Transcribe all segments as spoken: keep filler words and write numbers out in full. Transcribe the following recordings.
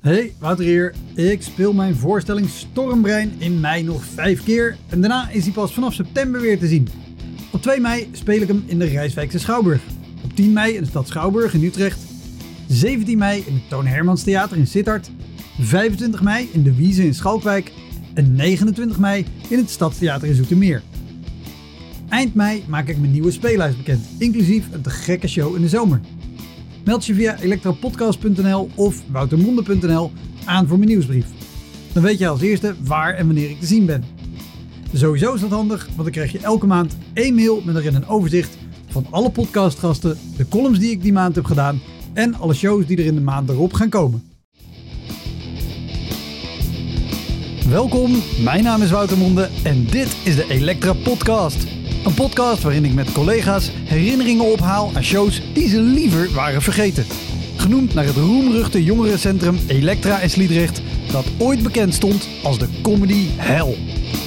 Hey, Wouter hier. Ik speel mijn voorstelling Stormbrein in mei nog vijf keer en daarna is hij pas vanaf september weer te zien. Op twee mei speel ik hem in de Rijswijkse Schouwburg. Op tien mei in de stad Schouwburg in Utrecht. zeventien mei in het Toon Hermans Theater in Sittard. vijfentwintig mei in de Wieze in Schalkwijk. En negenentwintig mei in het Stadstheater in Zoetermeer. Eind mei maak ik mijn nieuwe speellijst bekend, inclusief een te gekke show in de zomer. Meld je via elektrapodcast punt n l of woutermonde punt n l aan voor mijn nieuwsbrief. Dan weet je als eerste waar en wanneer ik te zien ben. Sowieso is dat handig, want dan krijg je elke maand één mail met erin een overzicht van alle podcastgasten, de columns die ik die maand heb gedaan en alle shows die er in de maand erop gaan komen. Welkom, mijn naam is Wouter Monde en dit is de Elektra Podcast. Een podcast waarin ik met collega's herinneringen ophaal aan shows die ze liever waren vergeten. Genoemd naar het roemruchte jongerencentrum Elektra in Sliedrecht, dat ooit bekend stond als de comedy hell.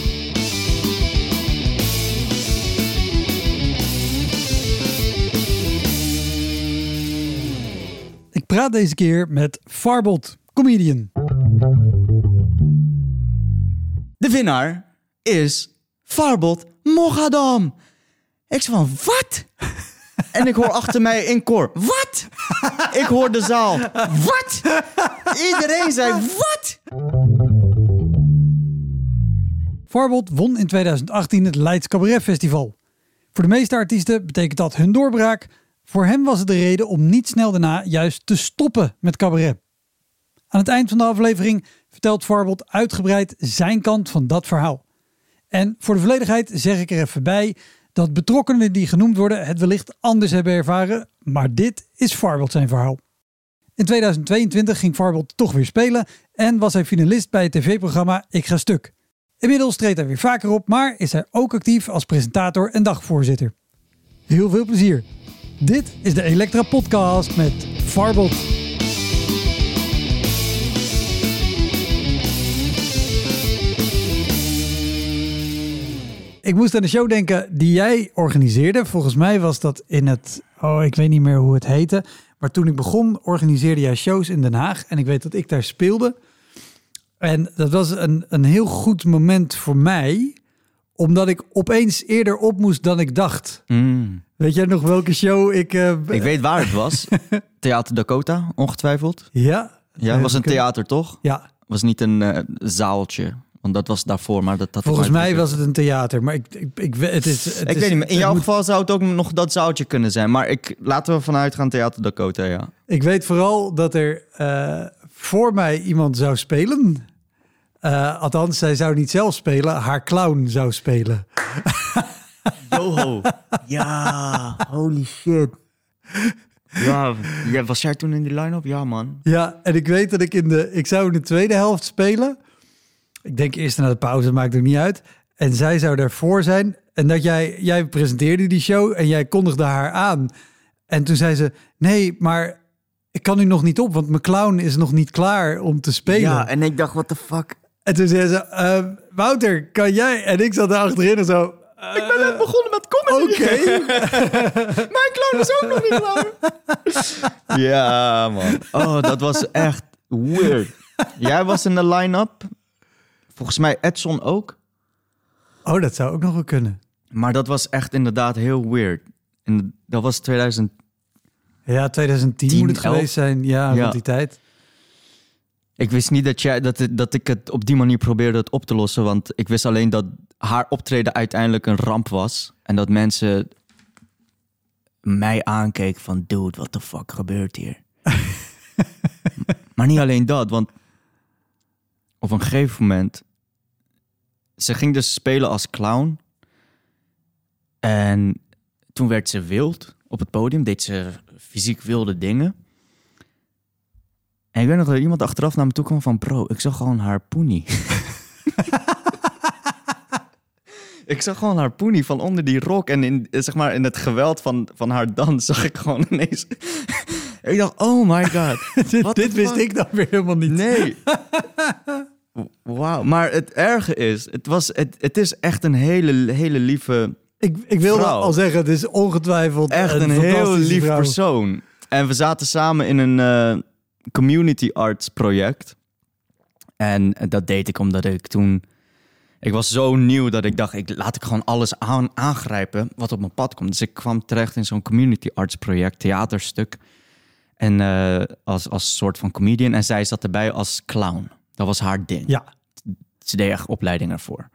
Ik praat deze keer met Farbod, comedian. De winnaar is Farbod Mogadam. Ik zei van, wat? En ik hoor achter mij in koor, wat? Ik hoor de zaal, wat? Iedereen zei, wat? Farbod won in tweeduizend achttien het Leids Cabaret Festival. Voor de meeste artiesten betekent dat hun doorbraak. Voor hem was het de reden om niet snel daarna juist te stoppen met cabaret. Aan het eind van de aflevering vertelt Farbod uitgebreid zijn kant van dat verhaal. En voor de volledigheid zeg ik er even bij dat betrokkenen die genoemd worden het wellicht anders hebben ervaren, maar dit is Farbod zijn verhaal. In tweeduizend tweeëntwintig ging Farbod toch weer spelen en was hij finalist bij het tv-programma Ik Ga Stuk. Inmiddels treedt hij weer vaker op, maar is hij ook actief als presentator en dagvoorzitter. Heel veel plezier. Dit is de Elektra Podcast met Farbod. Ik moest aan de show denken die jij organiseerde. Volgens mij was dat in het... Oh, ik weet niet meer hoe het heette. Maar toen ik begon, organiseerde jij shows in Den Haag. En ik weet dat ik daar speelde. En dat was een, een heel goed moment voor mij. Omdat ik opeens eerder op moest dan ik dacht. Mm. Weet jij nog welke show ik... Uh, Ik weet waar het was. Theater Dakota, ongetwijfeld. Ja. Ja, het was een theater, toch? Ja. Was niet een uh, zaaltje. Want dat was daarvoor, maar dat... dat Volgens mij was het een theater, maar ik, ik, ik, het is... Het ik is, weet niet, maar in jouw moet... geval zou het ook nog dat zaaltje kunnen zijn. Maar ik, laten we vanuit gaan Theater Dakota, ja. Ik weet vooral dat er uh, voor mij iemand zou spelen. Uh, althans, zij zou niet zelf spelen, haar clown zou spelen. Joho. Ja, holy shit. Ja, was jij toen in die line-up? Ja, man. Ja, en ik weet dat ik in de... Ik zou in de tweede helft spelen. Ik denk eerst na de pauze, maakt ook niet uit. En zij zou daarvoor zijn. En dat jij, jij presenteerde die show en jij kondigde haar aan. En toen zei ze, nee, maar ik kan nu nog niet op, want mijn clown is nog niet klaar om te spelen. Ja, en ik dacht, what the fuck? En toen zei ze, uh, Wouter, kan jij? En ik zat daar achterin en zo... Uh, ik ben net begonnen met comedy. Oké. Okay. Mijn clown is ook nog niet klaar. Ja, man. Oh, dat was echt weird. Jij was in de line-up. Volgens mij Edson ook. Oh, dat zou ook nog wel kunnen. Maar dat was echt inderdaad heel weird. En dat was tweeduizend... Ja, tweeduizend tien moet het elf geweest zijn. Ja, ja, rond die tijd. Ik wist niet dat, jij, dat, dat ik het op die manier probeerde het op te lossen. Want ik wist alleen dat haar optreden uiteindelijk een ramp was. En dat mensen mij aankeken van... Dude, what the fuck gebeurt hier? Maar niet alleen dat, want op een gegeven moment... Ze ging dus spelen als clown. En toen werd ze wild op het podium. Deed ze fysiek wilde dingen. En ik weet nog dat iemand achteraf naar me toe kwam van... Bro, ik zag gewoon haar poenie. Ik zag gewoon haar poenie van onder die rok. En in, zeg maar, in het geweld van, van haar dans zag ik gewoon ineens... Ik dacht, oh my god. dit dit wist ik dan weer helemaal niet. Nee. Wauw, maar het erge is, het, was, het, het is echt een hele, hele lieve Ik, ik wilde vrouw. al zeggen, het is ongetwijfeld Echt een, een heel lief vrouw. persoon. En we zaten samen in een uh, community arts project. En dat deed ik omdat ik toen... Ik was zo nieuw dat ik dacht, ik, laat ik gewoon alles aan, aangrijpen wat op mijn pad komt. Dus ik kwam terecht in zo'n community arts project, theaterstuk. En uh, als, als soort van comedian. En zij zat erbij als clown. Dat was haar ding. Ja. Ze deed echt opleiding ervoor.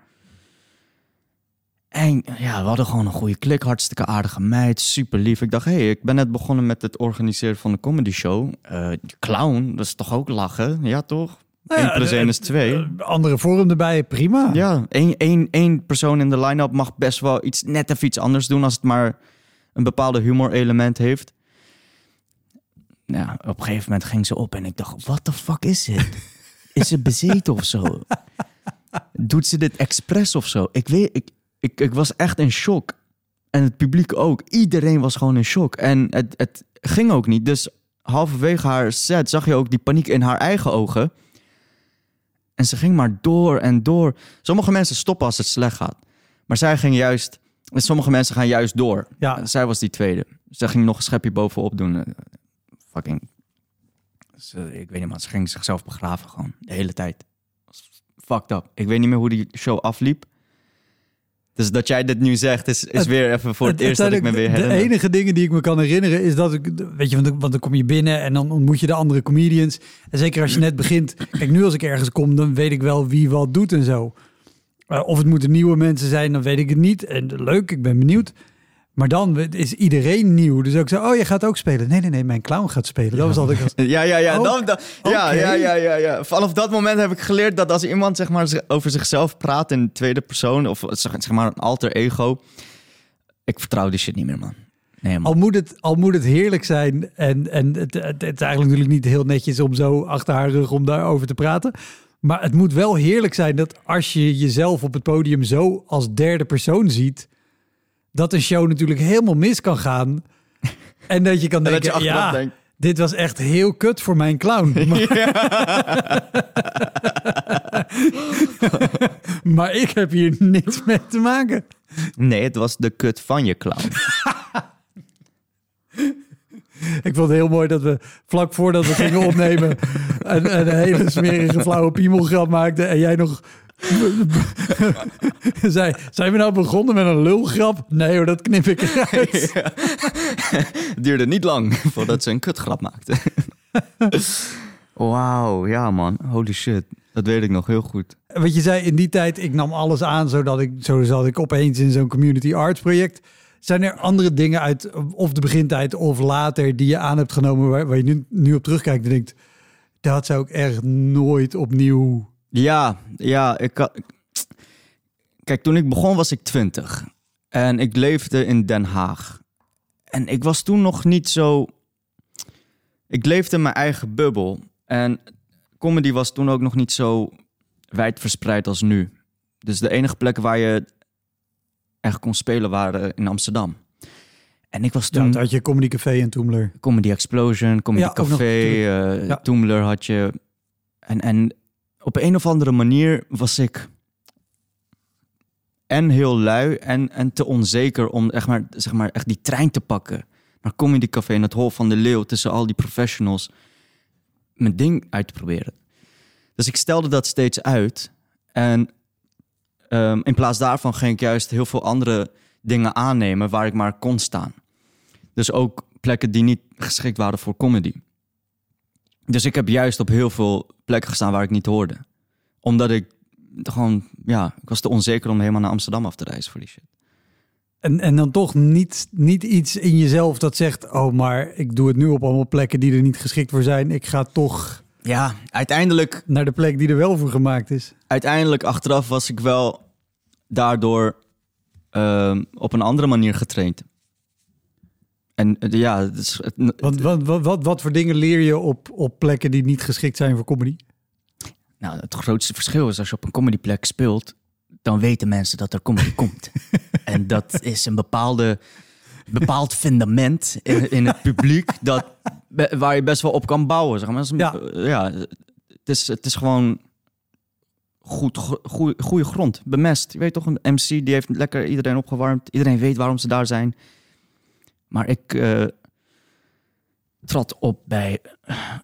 En ja, we hadden gewoon een goede klik. Hartstikke aardige meid, super lief. Ik dacht, hé, hey, ik ben net begonnen met het organiseren van een comedy show. Uh, clown, dat is toch ook lachen? Ja, toch? Nou ja, één plus één is twee. Uh, andere vorm erbij, prima. Ja, één, één, één persoon in de line-up mag best wel iets, net even iets anders doen... als het maar een bepaalde humorelement heeft. Ja, op een gegeven moment ging ze op en ik dacht... what the fuck is dit? Is ze bezeten of zo? Doet ze dit expres of zo? Ik weet... Ik, ik, ik was echt in shock. En het publiek ook. Iedereen was gewoon in shock. En het, het ging ook niet. Dus halverwege haar set zag je ook die paniek in haar eigen ogen... En ze ging maar door en door. Sommige mensen stoppen als het slecht gaat. Maar zij ging juist... Sommige mensen gaan juist door. Ja. Zij was die tweede. Zij ging nog een schepje bovenop doen. Uh, fucking... Ze, ik weet niet, maar ze ging zichzelf begraven gewoon. De hele tijd. Fucked up. Ik weet niet meer hoe die show afliep. Dus dat jij dit nu zegt, is, is het, weer even voor het, het eerst dat ik me weer herinner. De enige dingen die ik me kan herinneren is dat ik... Weet je, want dan, want dan kom je binnen en dan ontmoet je de andere comedians. En zeker als je net begint... Kijk, nu als ik ergens kom, dan weet ik wel wie wat doet en zo. Uh, of het moeten nieuwe mensen zijn, dan weet ik het niet. En leuk, ik ben benieuwd. Maar dan is iedereen nieuw. Dus ook zo, oh, je gaat ook spelen. Nee, nee, nee, mijn clown gaat spelen. Dat was altijd... Als... Ja, ja, ja. Oh, dan, dan, ja, okay. ja, ja, ja, ja. Vanaf dat moment heb ik geleerd dat als iemand zeg maar over zichzelf praat in tweede persoon... of zeg maar een alter ego... Ik vertrouw die shit niet meer, man. Nee, man. Al moet het, al moet het heerlijk zijn... en, en het, het, het is eigenlijk natuurlijk niet heel netjes om zo achter haar rug om daarover te praten... maar het moet wel heerlijk zijn dat als je jezelf op het podium zo als derde persoon ziet... dat een show natuurlijk helemaal mis kan gaan. En dat je kan denken, je ja, denkt... dit was echt heel kut voor mijn clown. Maar... Ja. maar ik heb hier niks mee te maken. Nee, het was de kut van je clown. Ik vond het heel mooi dat we vlak voordat we gingen opnemen... een, een hele smerige flauwe piemelgrap maakten... en jij nog... Zij, zijn we nou begonnen met een lulgrap? Nee hoor, dat knip ik eruit. Ja. Het duurde niet lang voordat ze een kutgrap maakte. Wauw, ja man, holy shit. Dat weet ik nog heel goed. Wat je zei, in die tijd, ik nam alles aan... zodat ik, zo zat ik opeens in zo'n community arts project. Zijn er andere dingen uit of de begintijd of later... die je aan hebt genomen waar, waar je nu, nu op terugkijkt en denkt... dat zou ik echt nooit opnieuw... Ja, ja. Ik, kijk, toen ik begon was ik twintig. En ik leefde in Den Haag. En ik was toen nog niet zo... Ik leefde in mijn eigen bubbel. En comedy was toen ook nog niet zo wijdverspreid als nu. Dus de enige plekken waar je echt kon spelen waren in Amsterdam. En ik was toen... Ja, toen had je Comedy Café in Toemler. Comedy Explosion, Comedy ja, Café, uh, ja. Toemler had je... En... en op een of andere manier was ik en heel lui en, en te onzeker om echt, maar, zeg maar, echt die trein te pakken. Naar Comedy Café in het Hol van de Leeuw tussen al die professionals. Mijn ding uit te proberen. Dus ik stelde dat steeds uit. En um, in plaats daarvan ging ik juist heel veel andere dingen aannemen waar ik maar kon staan. Dus ook plekken die niet geschikt waren voor comedy. Dus ik heb juist op heel veel plekken gestaan waar ik niet hoorde. Omdat ik gewoon, ja, ik was te onzeker om helemaal naar Amsterdam af te reizen voor die shit. En, en dan toch niet, niet iets in jezelf dat zegt... oh, maar ik doe het nu op allemaal plekken die er niet geschikt voor zijn. Ik ga toch... Ja, uiteindelijk... naar de plek die er wel voor gemaakt is. Uiteindelijk, achteraf was ik wel daardoor uh, op een andere manier getraind. En uh, ja... Het is, het, Want, wat, wat, wat, wat voor dingen leer je op, op plekken die niet geschikt zijn voor comedy? Nou, het grootste verschil is als je op een comedyplek speelt... dan weten mensen dat er comedy komt. En dat is een bepaalde, bepaald fundament in, in het publiek... Dat, waar je best wel op kan bouwen. Zeg maar. Ja. Ja, het, is, het is gewoon goed, goede, goede grond, bemest. Je weet toch, een M C die heeft lekker iedereen opgewarmd. Iedereen weet waarom ze daar zijn. Maar ik uh, trad op bij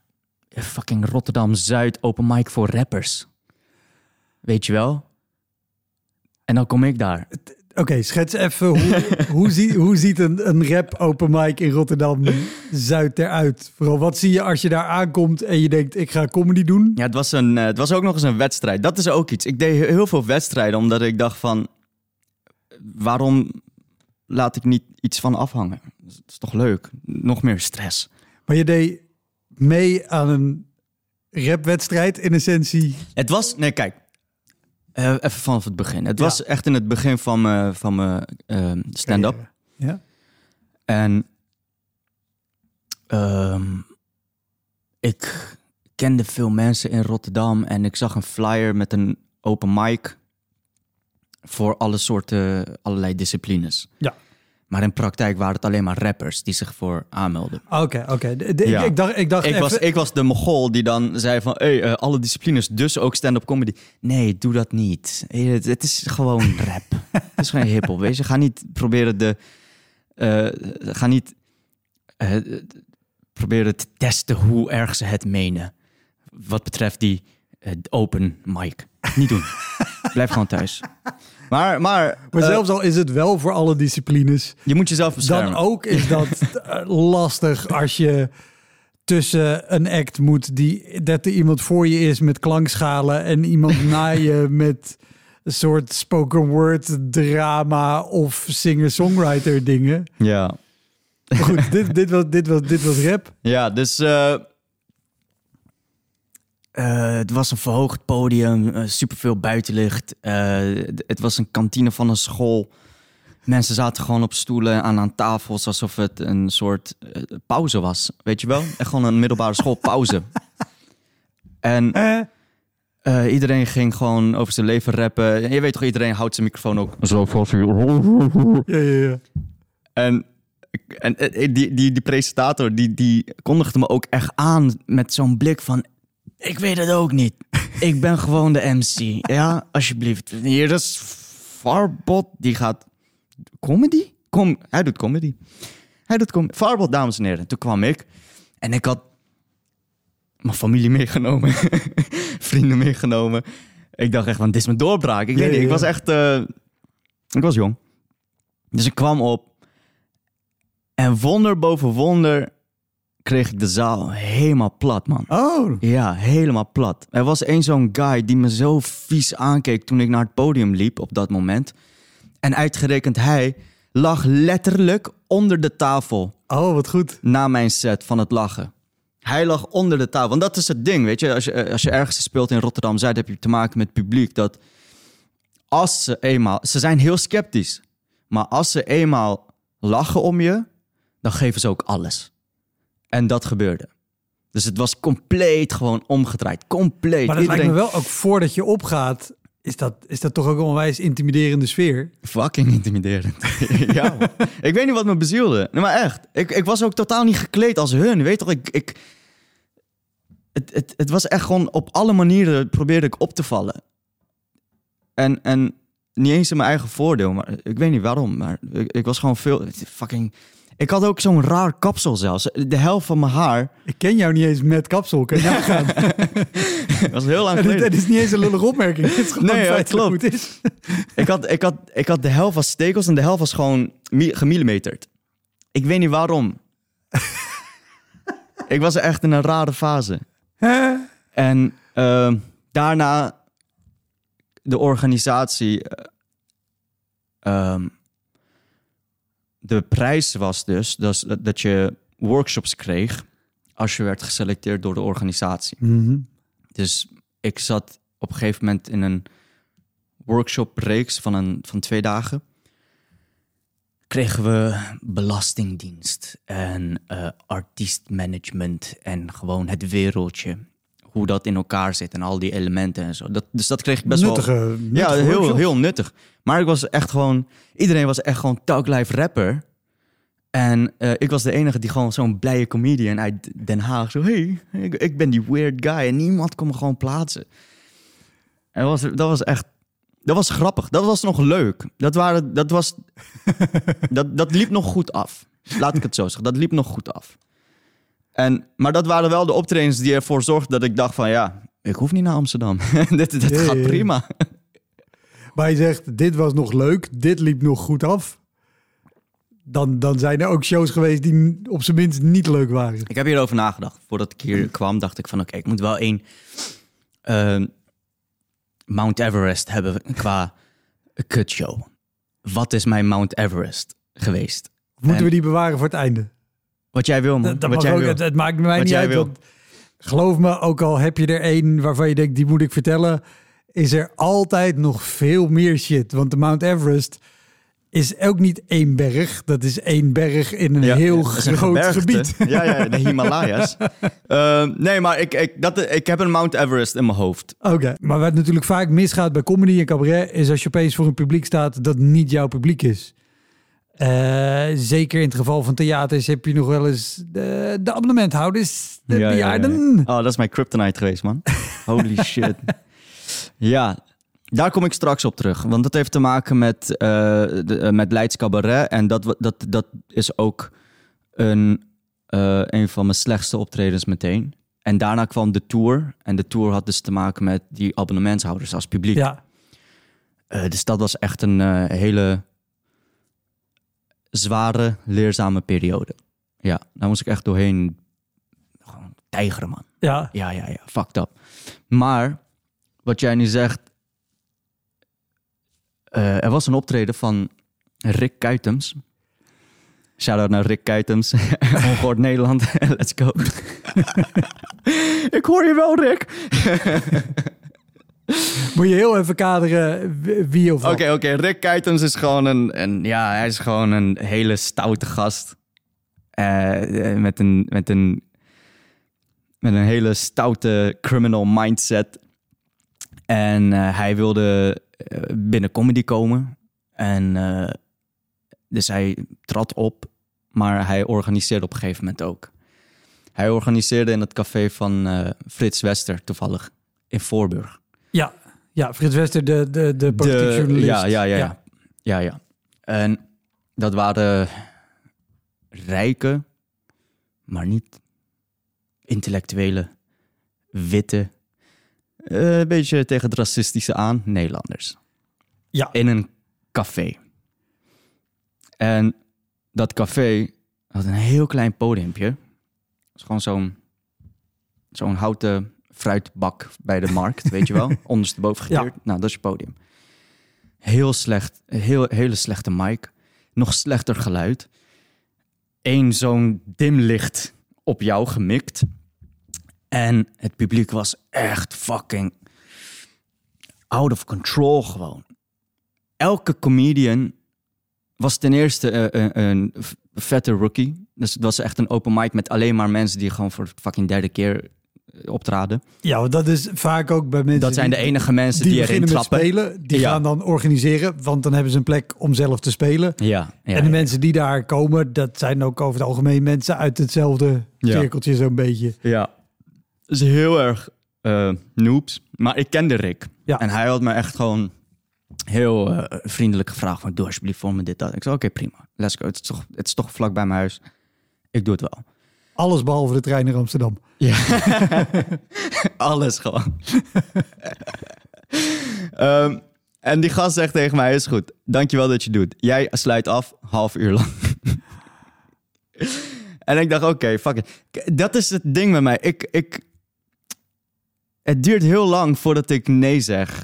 fucking Rotterdam-Zuid open mic voor rappers. Weet je wel? En dan kom ik daar. Oké, okay, schets even hoe, hoe, zie, hoe ziet een, een rap open mic in Rotterdam-Zuid eruit? Vooral, wat zie je als je daar aankomt en je denkt, ik ga comedy doen? Ja, het was, een, uh, het was ook nog eens een wedstrijd. Dat is ook iets. Ik deed heel veel wedstrijden, omdat ik dacht van... waarom laat ik niet iets van afhangen? Dat is toch leuk? Nog meer stress. Maar je deed mee aan een rapwedstrijd in essentie? Het was... Nee, kijk. Uh, even vanaf het begin. Het ja. was echt in het begin van mijn van mijn uh, stand-up. Ja. En um, ik kende veel mensen in Rotterdam en ik zag een flyer met een open mic voor alle soorten, allerlei disciplines. Ja. Maar in praktijk waren het alleen maar rappers die zich voor aanmelden. Oké, okay, oké. Okay. Ja. Ik dacht, ik dacht ik even... was, ik was de Mogol die dan zei van... Hey, uh, alle disciplines, dus ook stand-up comedy. Nee, doe dat niet. Het, het is gewoon rap. Het is gewoon hiphop, weet je. Ga niet proberen de... Uh, ga niet uh, proberen te testen hoe erg ze het menen. Wat betreft die uh, open mic. Niet doen. Blijf gewoon thuis. Maar, maar, maar uh, zelfs al is het wel voor alle disciplines... Je moet jezelf beschermen. Dan ook is dat lastig als je tussen een act moet... Die, dat er iemand voor je is met klankschalen... en iemand na je met een soort spoken word drama... of singer-songwriter dingen. Ja. Maar goed, dit, dit, was, dit, was, dit was rap. Ja, dus... Uh... Uh, het was een verhoogd podium, uh, superveel buitenlicht. Uh, d- het was een kantine van een school. Mensen zaten gewoon op stoelen aan, aan tafels alsof het een soort uh, pauze was. Weet je wel? Echt gewoon een middelbare schoolpauze. En uh, iedereen ging gewoon over zijn leven rappen. En je weet toch, iedereen houdt zijn microfoon ook zo vast. Ja, ja, ja. En, en die, die, die presentator, die, die kondigde me ook echt aan met zo'n blik van... Ik weet het ook niet. Ik ben gewoon de M C. Ja, alsjeblieft. Hier is Farbot. Die gaat... Comedy? Kom, hij doet comedy. Hij doet comedy. Farbot, dames en heren. Toen kwam ik. En ik had mijn familie meegenomen. Vrienden meegenomen. Ik dacht echt van, dit is mijn doorbraak. Ik weet ja, niet, ja. ik was echt... Uh, ik was jong. Dus ik kwam op. En wonder boven wonder... kreeg ik de zaal helemaal plat, man. Oh. Ja, helemaal plat. Er was één zo'n guy die me zo vies aankeek toen ik naar het podium liep op dat moment. En uitgerekend hij lag letterlijk onder de tafel. Oh, wat goed. Na mijn set van het lachen. Hij lag onder de tafel. Want dat is het ding, weet je. Als je, als je ergens speelt in Rotterdam-Zuid... heb je te maken met publiek dat... als ze eenmaal... Ze zijn heel sceptisch. Maar als ze eenmaal lachen om je... dan geven ze ook alles. En dat gebeurde. Dus het was compleet gewoon omgedraaid. Compleet. Maar dat Iedereen... lijkt me wel ook voordat je opgaat... Is dat, is dat toch ook een onwijs intimiderende sfeer? Fucking intimiderend. Ja, man. Ik weet niet wat me bezielde. Nee, maar echt. Ik, ik was ook totaal niet gekleed als hun. Weet toch, ik... ik... Het, het, het was echt gewoon op alle manieren probeerde ik op te vallen. En, en niet eens in mijn eigen voordeel. Maar ik weet niet waarom. Maar ik, ik was gewoon veel... Fucking... Ik had ook zo'n raar kapsel zelfs. De helft van mijn haar... Ik ken jou niet eens met kapsel. Kan je nagaan? Dat was heel lang geleden. Het is niet eens een lullige opmerking. Het is gewoon nee, ja, feit klopt. hoe het is. ik, had, ik, had, ik had de helft was stekels en de helft was gewoon mi- gemillimeterd. Ik weet niet waarom. Ik was echt in een rare fase. Huh? En uh, daarna de organisatie... Uh, um, de prijs was dus dat, dat je workshops kreeg als je werd geselecteerd door de organisatie. Mm-hmm. Dus ik zat op een gegeven moment in een workshopreeks van, een, van twee dagen. Kregen we belastingdienst en uh, artiestmanagement en gewoon het wereldje. Hoe dat in elkaar zit en al die elementen en zo. Dat, dus dat kreeg ik best nuttige, wel... Nuttige ja, heel, workshops. heel nuttig. Maar ik was echt gewoon... Iedereen was echt gewoon talk-live rapper. En uh, ik was de enige die gewoon zo'n blije comedian uit Den Haag. Zo, hey, ik, ik ben die weird guy. En niemand kon me gewoon plaatsen. En dat was, dat was echt... Dat was grappig. Dat was nog leuk. Dat, waren, dat, was, dat, dat liep nog goed af. Laat ik het zo zeggen. Dat liep nog goed af. En, maar dat waren wel de optredens die ervoor zorgden dat ik dacht van... ja, ik hoef niet naar Amsterdam. dit dit Ja, gaat ja. prima. Maar je zegt, dit was nog leuk, dit liep nog goed af. Dan, dan zijn er ook shows geweest die op zijn minst niet leuk waren. Ik heb hierover nagedacht. Voordat ik hier kwam, dacht ik van... oké, okay, ik moet wel één uh, Mount Everest hebben qua kutshow. Wat is mijn Mount Everest geweest? Of moeten en, we die bewaren voor het einde? Wat jij wil, man. Dat, dat wat jij ook, wil. het, het maakt mij Wat niet jij uit. wil. Want, geloof me, ook al heb je er één waarvan je denkt, die moet ik vertellen... is er altijd nog veel meer shit. Want de Mount Everest is ook niet één berg. Dat is één berg in een ja, heel ja, dat is een groot gebergte. gebied. Ja, ja, de Himalaya's. uh, nee, maar ik, ik, dat, ik heb een Mount Everest in mijn hoofd. Oké, okay. Maar wat natuurlijk vaak misgaat bij comedy en cabaret... is als je opeens voor een publiek staat dat niet jouw publiek is. Uh, zeker in het geval van theaters heb je nog wel eens de, de abonnementhouders, de ja, bejaarden. Ja, ja. Oh, dat is mijn kryptonite geweest, man. Holy shit. Ja, daar kom ik straks op terug. Want dat heeft te maken met, uh, de, uh, met Leids Cabaret. En dat, dat, dat is ook een, uh, een van mijn slechtste optredens meteen. En daarna kwam de tour. En de tour had dus te maken met die abonnementshouders als publiek. Ja. Uh, dus dat was echt een uh, hele zware, leerzame periode. Ja, daar moest ik echt doorheen gewoon tijgeren, man. Ja. Ja, ja, ja. Fucked up. Maar... wat jij nu zegt... Uh, er was een optreden van Rick Kuitems. Shout-out naar Rick Kuitems. Ongehoord Nederland. Let's go. Ik hoor je wel, Rick. Moet je heel even kaderen wie of wat. Oké, okay, oké. Okay. Rick Kuitems is gewoon een, een... ja, hij is gewoon een hele stoute gast. Uh, met, een, met, een, met een hele stoute criminal mindset... En uh, hij wilde uh, binnen comedy komen. En uh, dus hij trad op, maar hij organiseerde op een gegeven moment ook. Hij organiseerde in het café van uh, Frits Wester, toevallig, in Voorburg. Ja, ja, Frits Wester, de, de, de politiek journalist. Ja, ja, ja, ja, ja, ja. En dat waren rijke, maar niet intellectuele, witte... Uh, een beetje tegen het racistische aan, Nederlanders. Ja. In een café. En dat café had een heel klein podiumpje. Het was gewoon zo'n, zo'n houten fruitbak bij de markt, weet je wel? Ondersteboven gekeerd. Ja. Nou, dat is je podium. Heel slecht, heel, hele slechte mic. Nog slechter geluid. Eén zo'n dimlicht op jou gemikt. En het publiek was echt fucking out of control gewoon. Elke comedian was ten eerste uh, een, een vette rookie. Dus het was echt een open mic met alleen maar mensen die gewoon voor de fucking derde keer optraden. Ja, want dat is vaak ook bij mensen... Dat zijn die, de enige mensen die, die erin trappen. Die spelen, die ja. gaan dan organiseren, want dan hebben ze een plek om zelf te spelen. Ja, ja, en de ja. mensen die daar komen, dat zijn ook over het algemeen mensen uit hetzelfde cirkeltje ja. zo'n beetje. Ja. Dus heel erg uh, noobs. Maar ik kende Rick. Ja. En hij had me echt gewoon heel uh, vriendelijk gevraagd van... doe alsjeblieft voor me dit, dat. Ik zei, oké, okay, prima. Let's go. Het is, toch, het is toch vlak bij mijn huis. Ik doe het wel. Alles behalve de trein naar Amsterdam. Ja. Alles gewoon. um, en die gast zegt tegen mij, is goed. Dankjewel dat je doet. Jij sluit af, half uur lang. En ik dacht, oké, okay, fuck it. Dat is het ding met mij. Ik, ik... Het duurt heel lang voordat ik nee zeg.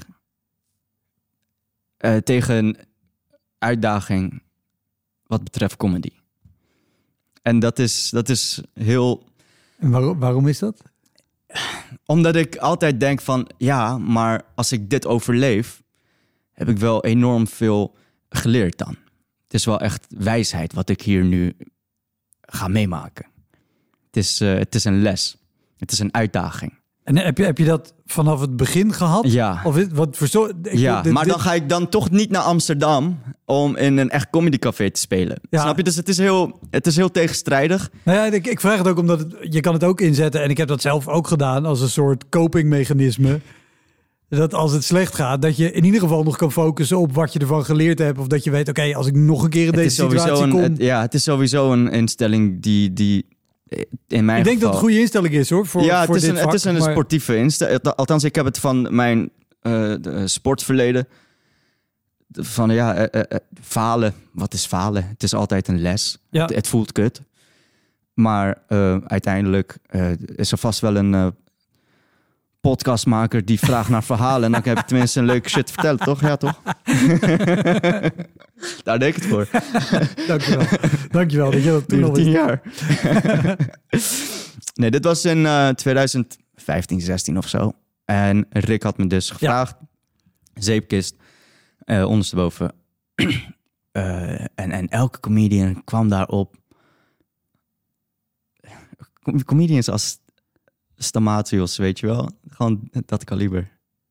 Uh, tegen een uitdaging wat betreft comedy. En dat is, dat is heel... En waarom, waarom is dat? Omdat ik altijd denk van... ja, maar als ik dit overleef... heb ik wel enorm veel geleerd dan. Het is wel echt wijsheid wat ik hier nu ga meemaken. Het is, uh, het is een les. Het is een uitdaging. En heb je, heb je dat vanaf het begin gehad? Ja. Of wat voor zo, ik, ja, dit, maar dit... dan ga ik dan toch niet naar Amsterdam... om in een echt comedycafé te spelen. Ja. Snap je? Dus het is heel, het is heel tegenstrijdig. Nou ja, ik, ik vraag het ook omdat het, je kan het ook inzetten... en ik heb dat zelf ook gedaan als een soort copingmechanisme... dat als het slecht gaat, dat je in ieder geval nog kan focussen... op wat je ervan geleerd hebt. Of dat je weet, oké, okay, als ik nog een keer in het deze situatie een, kom... Het, ja, het is sowieso een instelling die... die in mijn Ik denk geval, dat het een goede instelling is hoor. Voor, ja, voor het is, dit een, vak, het is een maar... sportieve instelling. Althans, ik heb het van mijn uh, de sportverleden. Van ja, uh, uh, uh, falen. Wat is falen? Het is altijd een les. Ja. Het, het voelt kut. Maar uh, uiteindelijk uh, is er vast wel een uh, podcastmaker die vraagt naar verhalen. En dan heb je tenminste een leuke shit te vertellen, toch? Ja, toch? Daar deed ik het voor. Dankjewel. Dankjewel dat je dat toen al tien wist. jaar. Nee, dit was in uh, twintig vijftien, zestien of zo. En Rick had me dus gevraagd. Ja. Zeepkist. Uh, ondersteboven. uh, en, en elke comedian kwam daarop. Comedians als Stamatios, weet je wel. Gewoon dat kaliber.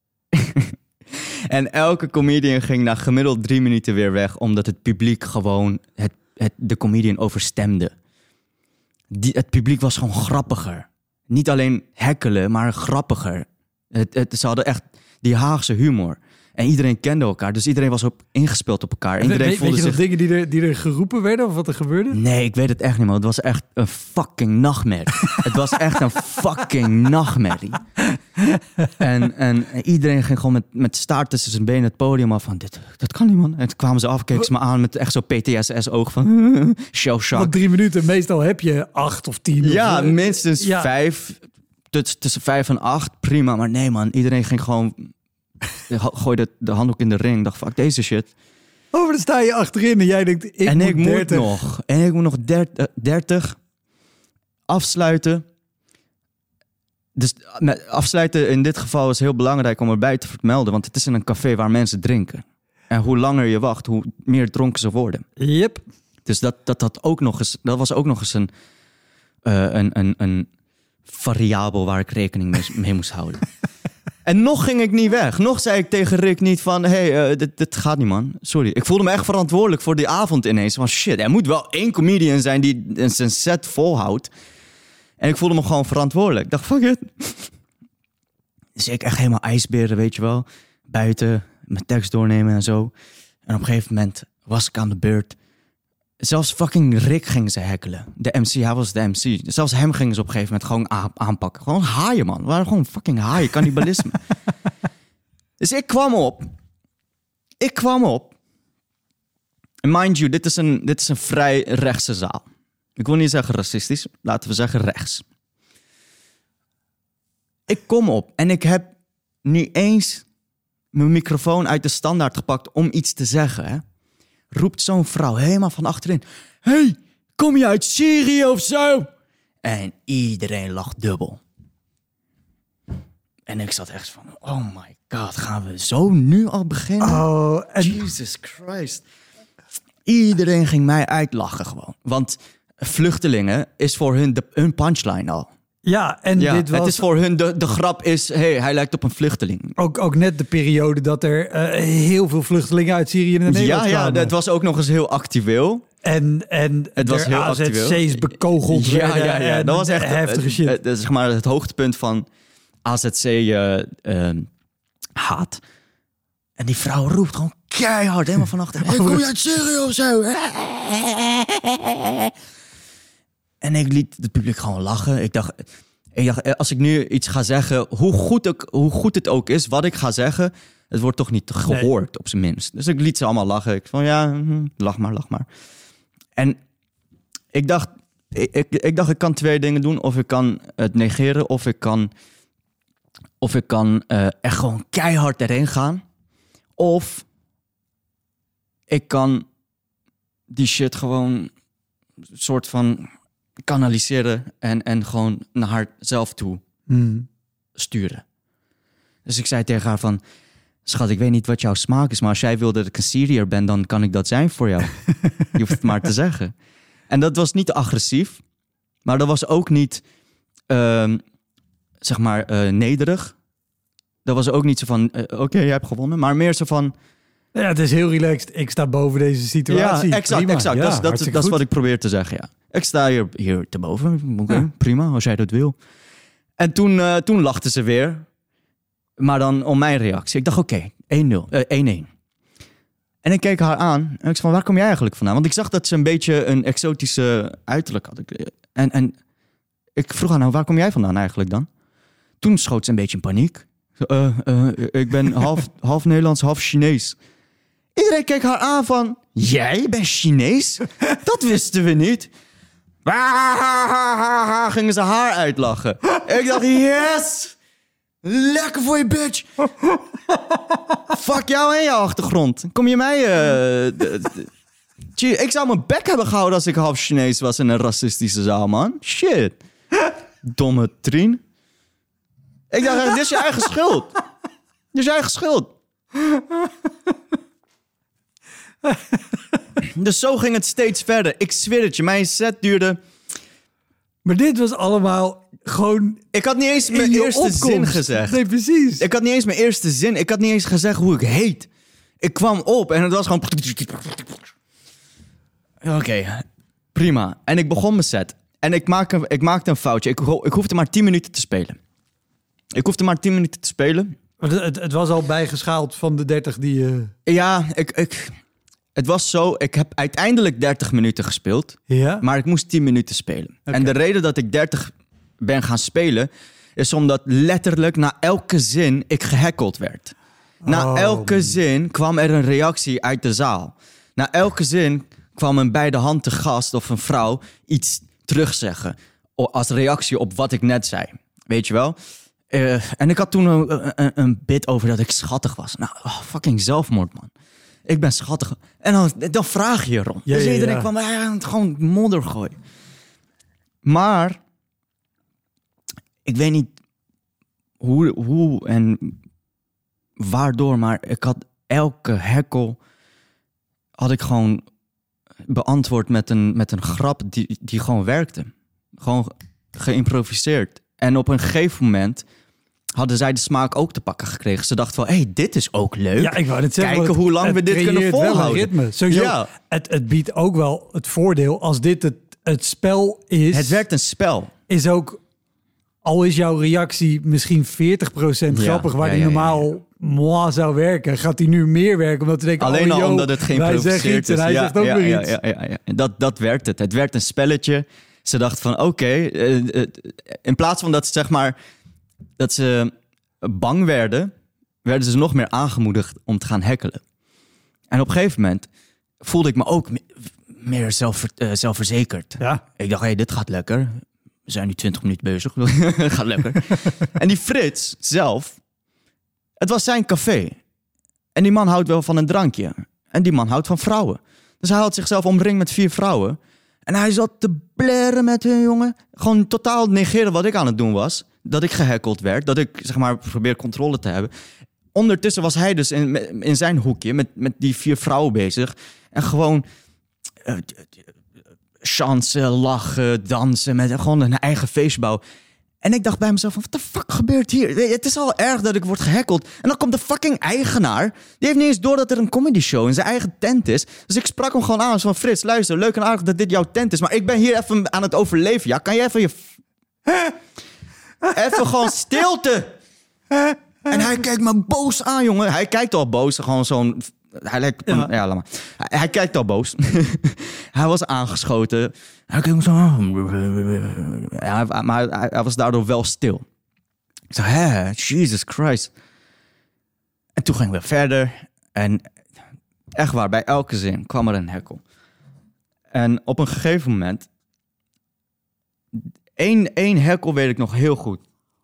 En elke comedian ging na gemiddeld drie minuten weer weg, omdat het publiek gewoon het, het, de comedian overstemde. Die, het publiek was gewoon grappiger. Niet alleen hekkelen, maar grappiger. Het, het, ze hadden echt die Haagse humor. En iedereen kende elkaar, dus iedereen was op ingespeeld op elkaar. Iedereen weet, voelde weet je zich... nog dingen die er, die er geroepen werden of wat er gebeurde? Nee, ik weet het echt niet, man. Het was echt een fucking nachtmerrie. Het was echt een fucking nachtmerrie. En, en iedereen ging gewoon met, met staart tussen zijn benen het podium af van... Dit, dat kan niet, man. En toen kwamen ze af, keken ze me aan met echt zo'n P T S S-oog van... Shell shock. Want drie minuten, meestal heb je acht of tien. Ja, of, minstens ja. vijf. Tussen, tussen vijf en acht, prima. Maar nee, man. Iedereen ging gewoon... gooide de handdoek in de ring. Dacht, fuck deze shit. Oh, maar dan sta je achterin en jij denkt... Ik en moet ik moet dertig. nog. En ik moet nog dertig afsluiten. Dus met afsluiten in dit geval is heel belangrijk om erbij te vermelden. Want het is in een café waar mensen drinken. En hoe langer je wacht, hoe meer dronken ze worden. Yep. Dus dat, dat, dat, ook nog eens, dat was ook nog eens een, uh, een, een, een variabel waar ik rekening mee, mee moest houden. En nog ging ik niet weg. Nog zei ik tegen Rick niet van... hé, hey, uh, dit, dit gaat niet, man. Sorry. Ik voelde me echt verantwoordelijk voor die avond ineens. Van shit, er moet wel één comedian zijn die zijn set volhoudt. En ik voelde me gewoon verantwoordelijk. Ik dacht, fuck it. Dus ik echt helemaal ijsberen, weet je wel. Buiten, mijn tekst doornemen en zo. En op een gegeven moment was ik aan de beurt. Zelfs fucking Rick gingen ze hekkelen. De M C, hij was de M C. Zelfs hem gingen ze op een gegeven moment gewoon aanpakken. Gewoon haaien, man. We waren gewoon fucking haaien, cannibalisme. Dus ik kwam op. Ik kwam op. En mind you, dit is een, dit is een vrij rechtse zaal. Ik wil niet zeggen racistisch. Laten we zeggen rechts. Ik kom op en ik heb niet eens mijn microfoon uit de standaard gepakt om iets te zeggen, hè. Roept zo'n vrouw helemaal van achterin. Hey, kom je uit Syrië of zo? En iedereen lacht dubbel. En ik zat echt van... Oh my god, gaan we zo nu al beginnen? Oh, en... Jesus Christ. Iedereen ging mij uitlachen gewoon. Want vluchtelingen is voor hun de, hun punchline al. Ja, en ja, dit was... Het is voor hun, de, de grap is... Hey, hij lijkt op een vluchteling. Ook, ook net de periode dat er uh, heel veel vluchtelingen uit Syrië naar Nederland ja, ja, kwamen. het was ook nog eens heel actueel. En, en het was heel A Z C's actueel. bekogeld ja, werden. Ja, ja, dat was echt heftige shit. Het, het, zeg maar het hoogtepunt van A Z C uh, uh, haat. En die vrouw roept gewoon keihard helemaal van achter. Hey, kom je uit Syrië of zo? En ik liet het publiek gewoon lachen. Ik dacht, ik dacht, als ik nu iets ga zeggen, hoe goed, ik, hoe goed het ook is, wat ik ga zeggen, het wordt toch niet gehoord, nee. Op zijn minst. Dus ik liet ze allemaal lachen. Ik van ja, lach maar, lach maar. En ik dacht, ik, ik, ik dacht, ik kan twee dingen doen. Of ik kan het negeren, of ik kan, of ik kan uh, echt gewoon keihard erin gaan. Of ik kan die shit gewoon soort van kanaliseren en, en gewoon naar haar zelf toe hmm. sturen. Dus ik zei tegen haar van... Schat, ik weet niet wat jouw smaak is, maar als jij wil dat ik een Syriër ben, dan kan ik dat zijn voor jou. Je hoeft het maar te zeggen. En dat was niet agressief, maar dat was ook niet, uh, zeg maar, uh, nederig. Dat was ook niet zo van, uh, oké, okay, jij hebt gewonnen, maar meer zo van... Ja, het is heel relaxed. Ik sta boven deze situatie. Ja, exact, prima. exact. Ja, dat is, dat, dat is wat ik probeer te zeggen, ja. Ik sta hier, hier te boven, oké, okay, ja. Prima, als jij dat wil. En toen, uh, toen lachten ze weer... Maar dan om mijn reactie. Ik dacht, oké, okay, één nul, uh, één één. En ik keek haar aan. En ik zei van, waar kom jij eigenlijk vandaan? Want ik zag dat ze een beetje een exotische uiterlijk had. En, en ik vroeg aan haar, waar kom jij vandaan eigenlijk dan? Toen schoot ze een beetje in paniek. Uh, uh, ik ben half, half Nederlands, half Chinees. Iedereen keek haar aan van... Jij bent Chinees? Dat wisten we niet. Gingen ze haar uitlachen. Ik dacht, yes! Lekker voor je, bitch! Fuck jou en je achtergrond. Kom je mij... Uh, d- d- ik zou mijn bek hebben gehouden als ik half Chinees was in een racistische zaal, man. Shit. Domme trien. Ik dacht, dit is je eigen schuld. Dit is je eigen schuld. Dus zo ging het steeds verder. Ik zweer het je, mijn set duurde... Maar dit was allemaal gewoon... Ik had niet eens mijn eerste opkomst. zin gezegd. Nee, precies. Ik had niet eens mijn eerste zin. Ik had niet eens gezegd hoe ik heet. Ik kwam op en het was gewoon... Oké, okay, prima. En ik begon mijn set. En ik, maak een, ik maakte een foutje. Ik, ik hoefde maar tien minuten te spelen. Ik hoefde maar tien minuten te spelen. Het, het, het was al bijgeschaald van de dertig die je... Ja, ik, ik, het was zo. Ik heb uiteindelijk dertig minuten gespeeld. Ja? Maar ik moest tien minuten spelen. Okay. En de reden dat ik dertig ben gaan spelen... is omdat letterlijk na elke zin ik gehackeld werd. Na oh. elke zin kwam er een reactie uit de zaal. Na elke zin kwam een bij de hand te gast of een vrouw iets terugzeggen. Als reactie op wat ik net zei. Weet je wel? Uh, en ik had toen een, een, een bit over dat ik schattig was. Nou, oh, fucking zelfmoord, man. Ik ben schattig. En dan, dan vraag je erom. Ja, dus ja, ja. iedereen kwam ja, gewoon modder gooien. Maar ik weet niet hoe, hoe en waardoor, maar ik had elke heckle had ik gewoon beantwoord met een, met een grap die, die gewoon werkte. Gewoon geïmproviseerd. En op een gegeven moment hadden zij de smaak ook te pakken gekregen. Ze dachten van, hé, hey, dit is ook leuk. Ja, ik wou het zeggen. Kijken hoe lang we dit kunnen volhouden. Wel een ritme. Sowieso, ja. het, het biedt ook wel het voordeel als dit het, het spel is. Het werkt een spel. Is ook, al is jouw reactie misschien veertig procent grappig, ja, waar ja, die ja, normaal ja, ja. moi zou werken, gaat hij nu meer werken. Omdat hij denkt, alleen oh, al yo, omdat het geïmproviseerd is. En hij ja, zegt ook ja, weer ja, iets. Ja, ja, ja. Dat, dat werkt het. Het werd een spelletje. Ze dachten van, oké, okay, uh, uh, in plaats van dat ze zeg maar dat ze bang werden, werden ze nog meer aangemoedigd om te gaan hackelen. En op een gegeven moment voelde ik me ook me- meer zelf, uh, zelfverzekerd. Ja. Ik dacht, hé, hey, dit gaat lekker. We zijn nu twintig minuten bezig. Gaat lekker. En die Frits zelf, het was zijn café. En die man houdt wel van een drankje. En die man houdt van vrouwen. Dus hij had zichzelf omringd met vier vrouwen. En hij zat te blaren met hun jongen. Gewoon totaal negeren wat ik aan het doen was. Dat ik gehackeld werd. Dat ik, zeg maar, probeer controle te hebben. Ondertussen was hij dus in, in zijn hoekje met, met die vier vrouwen bezig. En gewoon Uh, chansen, lachen, dansen. Met gewoon een eigen feestbouw. En ik dacht bij mezelf van, wat de fuck gebeurt hier? Het is al erg dat ik word gehackeld. En dan komt de fucking eigenaar. Die heeft niet eens door dat er een comedy show in zijn eigen tent is. Dus ik sprak hem gewoon aan. Zo van, Frits, luister, leuk en aardig dat dit jouw tent is. Maar ik ben hier even aan het overleven. Ja, kan jij even je... even gewoon stilte. En hij kijkt me boos aan, jongen. Hij kijkt al boos. Gewoon zo'n... Hij lijkt... Ja, ja laat maar. Hij, hij kijkt al boos. Hij was aangeschoten. Hij keek me zo... Ja, maar hij, hij was daardoor wel stil. Ik zei, hè, Jesus Christ. En toen gingen we verder. En echt waar, bij elke zin kwam er een hekkel. En op een gegeven moment... Eén, één hekkel weet ik nog heel goed.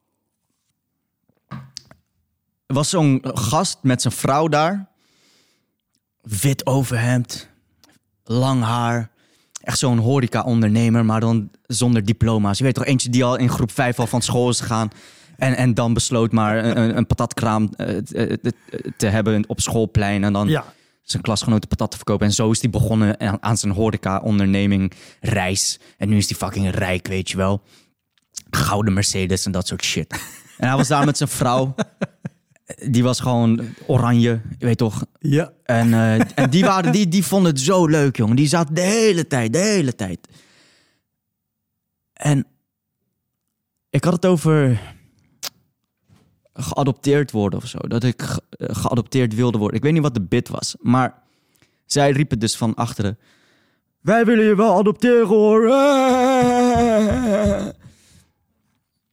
Er was zo'n gast met zijn vrouw daar. Wit overhemd, lang haar. Echt zo'n horeca-ondernemer, maar dan zonder diploma's. Je weet toch, eentje die al in groep vijf al van school is gegaan. En, en dan besloot maar een, een patatkraam uh, te, te hebben op schoolplein. En dan ja. zijn klasgenoten patat te verkopen. En zo is hij begonnen aan, aan zijn horeca-onderneming reis. En nu is hij fucking rijk, weet je wel. Gouden Mercedes en dat soort shit. En hij was daar met zijn vrouw. Die was gewoon oranje, je weet toch? Ja. En, uh, en die, waren, die, die vonden het zo leuk, jongen. Die zaten de hele tijd, de hele tijd. En ik had het over geadopteerd worden of zo. Dat ik ge- geadopteerd wilde worden. Ik weet niet wat de bit was. Maar zij riepen dus van achteren. Wij willen je wel adopteren, hoor.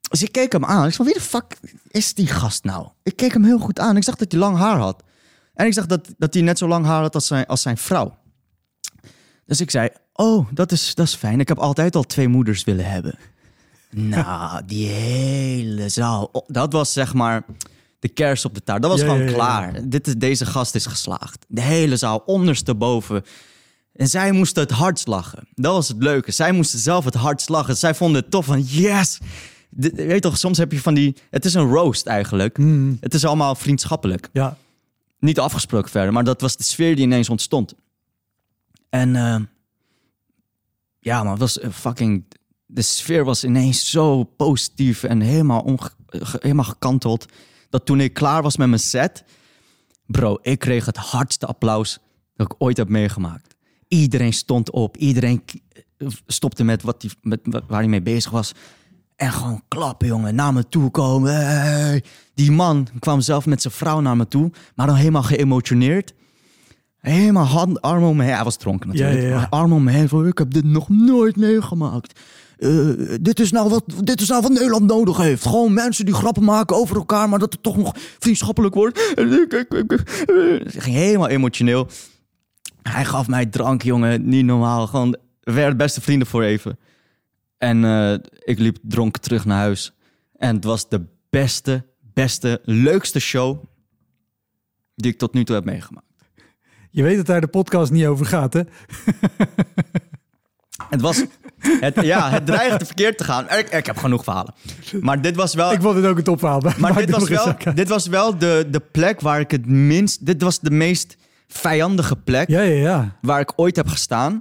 Dus ik keek hem aan. Ik zei, wie de fuck is die gast nou? Ik keek hem heel goed aan. Ik zag dat hij lang haar had. En ik zag dat, dat hij net zo lang haar had als zijn, als zijn vrouw. Dus ik zei, oh, dat is, dat is fijn. Ik heb altijd al twee moeders willen hebben. Nou, die hele zaal. Oh, dat was zeg maar de kers op de taart. Dat was ja, gewoon ja, ja, klaar. ja. Dit is, deze gast is geslaagd. De hele zaal, ondersteboven. En zij moesten het hardst lachen. Dat was het leuke. Zij moesten zelf het hardst lachen. Zij vonden het tof van, yes. De, weet je toch, soms heb je van die... Het is een roast eigenlijk. Mm. Het is allemaal vriendschappelijk. Ja. Niet afgesproken verder, maar dat was de sfeer die ineens ontstond. En uh, ja, maar het was fucking... De sfeer was ineens zo positief en helemaal, onge, helemaal gekanteld. Dat toen ik klaar was met mijn set... Bro, ik kreeg het hardste applaus dat ik ooit heb meegemaakt. Iedereen stond op. Iedereen stopte met, wat die, met waar hij mee bezig was. En gewoon klappen, jongen. Naar me toe komen. Hey. Die man kwam zelf met zijn vrouw naar me toe. Maar dan helemaal geëmotioneerd. Helemaal hand, arm om me heen. Hij was dronken natuurlijk. Ja, ja, ja. Arm om me heen. Van, ik heb dit nog nooit meegemaakt. Uh, dit, is nou wat, dit is nou wat Nederland nodig heeft. Gewoon mensen die grappen maken over elkaar, maar dat het toch nog vriendschappelijk wordt. Het ging helemaal emotioneel. Hij gaf mij drank, jongen. Niet normaal. Gewoon, we werden beste vrienden voor even. En uh, ik liep dronken terug naar huis. En het was de beste, beste, leukste show die ik tot nu toe heb meegemaakt. Je weet dat daar de podcast niet over gaat, hè? Het was... Het, ja, het dreigde verkeerd te gaan. Ik, ik heb genoeg verhalen. Maar dit was wel... Ik vond het ook een topverhaal. Maar dit was, wel, dit was wel de, de plek waar ik het minst... Dit was de meest vijandige plek ja, ja, ja. waar ik ooit heb gestaan.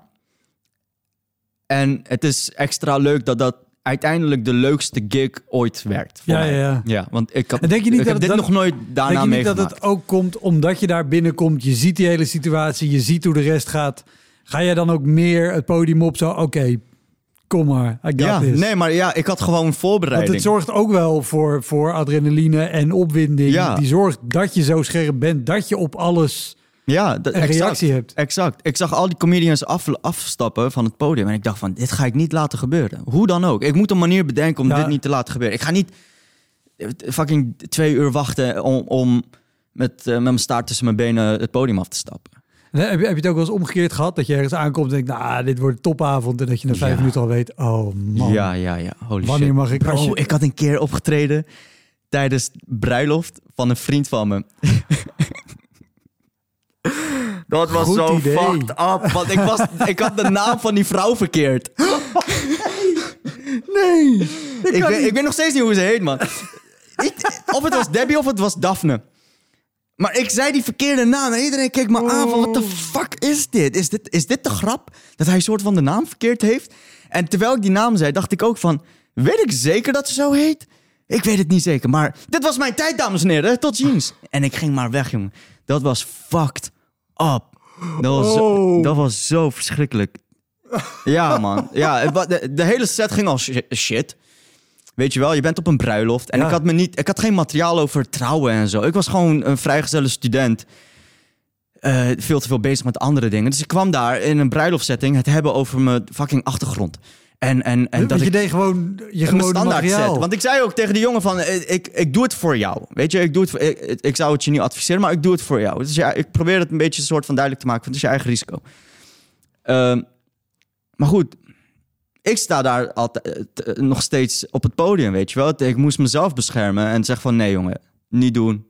En het is extra leuk dat dat uiteindelijk de leukste gig ooit werd. Voor ja, mij. ja, ja. Ja, want ik, had, En denk je niet ik dat heb het dit dat, nog nooit daarna denk je niet meegemaakt. dat het ook komt omdat je daar binnenkomt, je ziet die hele situatie, je ziet hoe de rest gaat. Ga jij dan ook meer het podium op zo, oké, okay, kom maar, I got ja, this. Nee, maar ja, ik had gewoon voorbereiding. Want het zorgt ook wel voor, voor adrenaline en opwinding. Ja. Die zorgt dat je zo scherp bent, dat je op alles ja, dat, een exact, reactie hebt. Exact. Ik zag al die comedians af, afstappen van het podium. En ik dacht van, dit ga ik niet laten gebeuren. Hoe dan ook. Ik moet een manier bedenken om ja. dit niet te laten gebeuren. Ik ga niet fucking twee uur wachten om, om met, uh, met mijn staart tussen mijn benen het podium af te stappen. Heb je, heb je het ook wel eens omgekeerd gehad? Dat je ergens aankomt en denkt, nou, dit wordt een topavond. En dat je na vijf ja. minuten al weet, oh man. Ja, ja, ja. Holy Wanneer shit. mag ik... Bro, je... ik had een keer opgetreden tijdens bruiloft van een vriend van me. Dat was Goed zo idee. fucked up. Want ik, was, ik had de naam van die vrouw verkeerd. Nee. Ik, ik, weet, ik weet nog steeds niet hoe ze heet, man. Ik, of het was Debbie of het was Daphne. Maar ik zei die verkeerde naam en iedereen keek me oh. aan van... What the fuck is dit? Is, dit? is dit de grap? Dat hij een soort van de naam verkeerd heeft? En terwijl ik die naam zei, dacht ik ook van... Weet ik zeker dat ze zo heet? Ik weet het niet zeker, maar... Dit was mijn tijd, dames en heren. Tot ziens. En ik ging maar weg, jongen. Dat was fucked up. Dat was, oh. zo, dat was zo verschrikkelijk. Ja, man. Ja, de, de hele set ging al shit. Weet je wel, je bent op een bruiloft. En ja. ik had me niet, ik had geen materiaal over trouwen en zo. Ik was gewoon een vrijgezelle student. Uh, veel te veel bezig met andere dingen. Dus ik kwam daar in een bruiloftsetting het hebben over mijn fucking achtergrond. En, en, en dat je ik, deed gewoon je gewoon standaard set. Want ik zei ook tegen die jongen van, ik, ik doe het voor jou. Weet je, ik, doe het voor, ik, ik zou het je niet adviseren, maar ik doe het voor jou. Dus ja, ik probeer het een beetje een soort van duidelijk te maken. Want het is je eigen risico. Uh, maar goed, ik sta daar altijd, uh, nog steeds op het podium, weet je wel. Ik moest mezelf beschermen en zeg van, nee jongen, niet doen.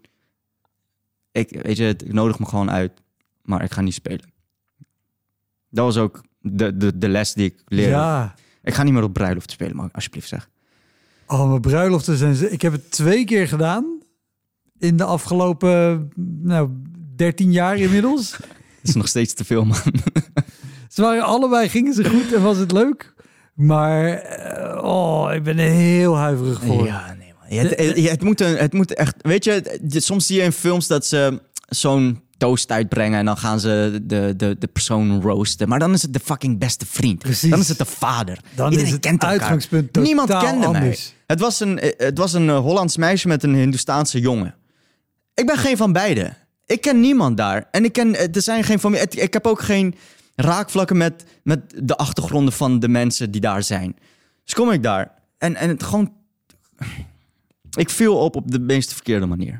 Ik, weet je, ik nodig me gewoon uit, maar ik ga niet spelen. Dat was ook de, de, de les die ik leerde. Ja. Ik ga niet meer op bruiloft spelen, maar alsjeblieft zeg. Oh, mijn bruiloften zijn... Ik heb het twee keer gedaan. In de afgelopen, nou, dertien jaar inmiddels. Dat is nog steeds te veel, man. Ze waren allebei, gingen ze goed en was het leuk. Maar, uh, oh, ik ben er heel huiverig voor. Ja, nee, man. Ja, het, het, het, moet een, het moet echt... Weet je, het, soms zie je in films dat ze zo'n toast uitbrengen en dan gaan ze de, de, de persoon roosten. Maar dan is het de fucking beste vriend. Precies. Dan is het de vader. Dan Iedereen is het kent elkaar. Uitgangspunt totaal Niemand kende anders. mij. Het was een, het was een Hollands meisje met een Hindoestaanse jongen. Ik ben geen van beide. Ik ken niemand daar. En ik ken, er zijn geen familie. Ik heb ook geen raakvlakken met, met de achtergronden van de mensen die daar zijn. Dus kom ik daar. En, en het gewoon Ik viel op op de meest verkeerde manier.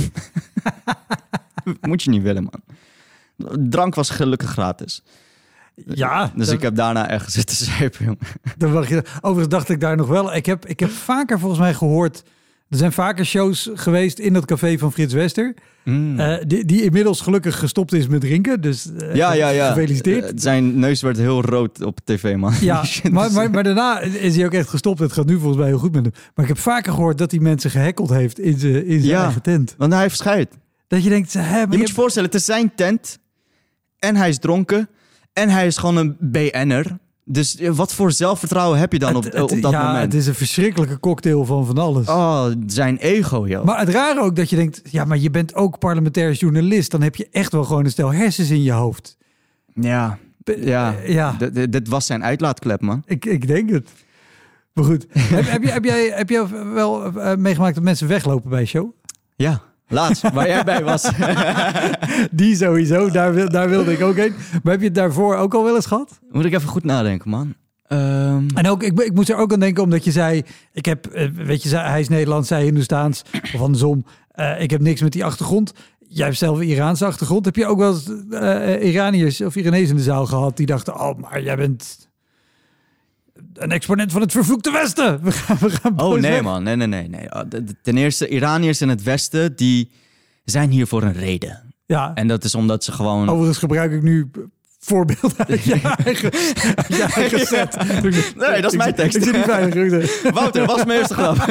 Moet je niet willen, man. Drank was gelukkig gratis. Ja. Dus dat, ik heb daarna echt zitten zeepen, jongen. dan mag je, overigens dacht ik daar nog wel... Ik heb, ik heb vaker volgens mij gehoord... Er zijn vaker shows geweest in dat café van Frits Wester. Mm. Uh, die, die inmiddels gelukkig gestopt is met drinken. Dus uh, ja, ja, ja. gefeliciteerd. Uh, zijn neus werd heel rood op tv, man. Ja, maar, maar, maar daarna is hij ook echt gestopt. Het gaat nu volgens mij heel goed met hem. Maar ik heb vaker gehoord dat hij mensen gehackeld heeft in zijn, in zijn ja, eigen tent. Want hij heeft scheid. Dat je denkt... Hè, je moet je, je voorstellen, het is zijn tent. En hij is dronken. En hij is gewoon een B N'er. Dus wat voor zelfvertrouwen heb je dan op, het, het, op dat ja, moment? Het is een verschrikkelijke cocktail van van alles. Oh, zijn ego, joh. Maar het rare ook dat je denkt... Ja, maar je bent ook parlementair journalist. Dan heb je echt wel gewoon een stel hersens in je hoofd. Ja, ja. ja. D- d- dit was zijn uitlaatklep, man. Ik, ik denk het. Maar goed. heb, heb, je, heb, jij, heb jij wel uh, meegemaakt dat mensen weglopen bij een show? Ja. Laatst, waar jij bij was. Die sowieso, daar, wil, daar wilde ik ook heen. Maar heb je het daarvoor ook al wel eens gehad? Moet ik even goed nadenken, man. Um... En ook, ik, ik moest er ook aan denken, omdat je zei... Ik heb, weet je, hij is Nederlands, zij Hindoestaans. Of andersom, uh, ik heb niks met die achtergrond. Jij hebt zelf een Iraanse achtergrond. Heb je ook wel eens uh, Iraniërs of Iranezen in de zaal gehad... die dachten, oh, maar jij bent... een exponent van het vervloekte Westen. We gaan, we gaan oh nee, weg. man. Nee, nee, nee. nee. Ten eerste, Iraniërs in het Westen, die zijn hier voor een reden. Ja. En dat is omdat ze gewoon... Overigens gebruik ik nu voorbeelden uit je eigen, uit je eigen set. Nee, dat is mijn tekst. Ik zit niet veilig. Wouter, was mijn eerste grap.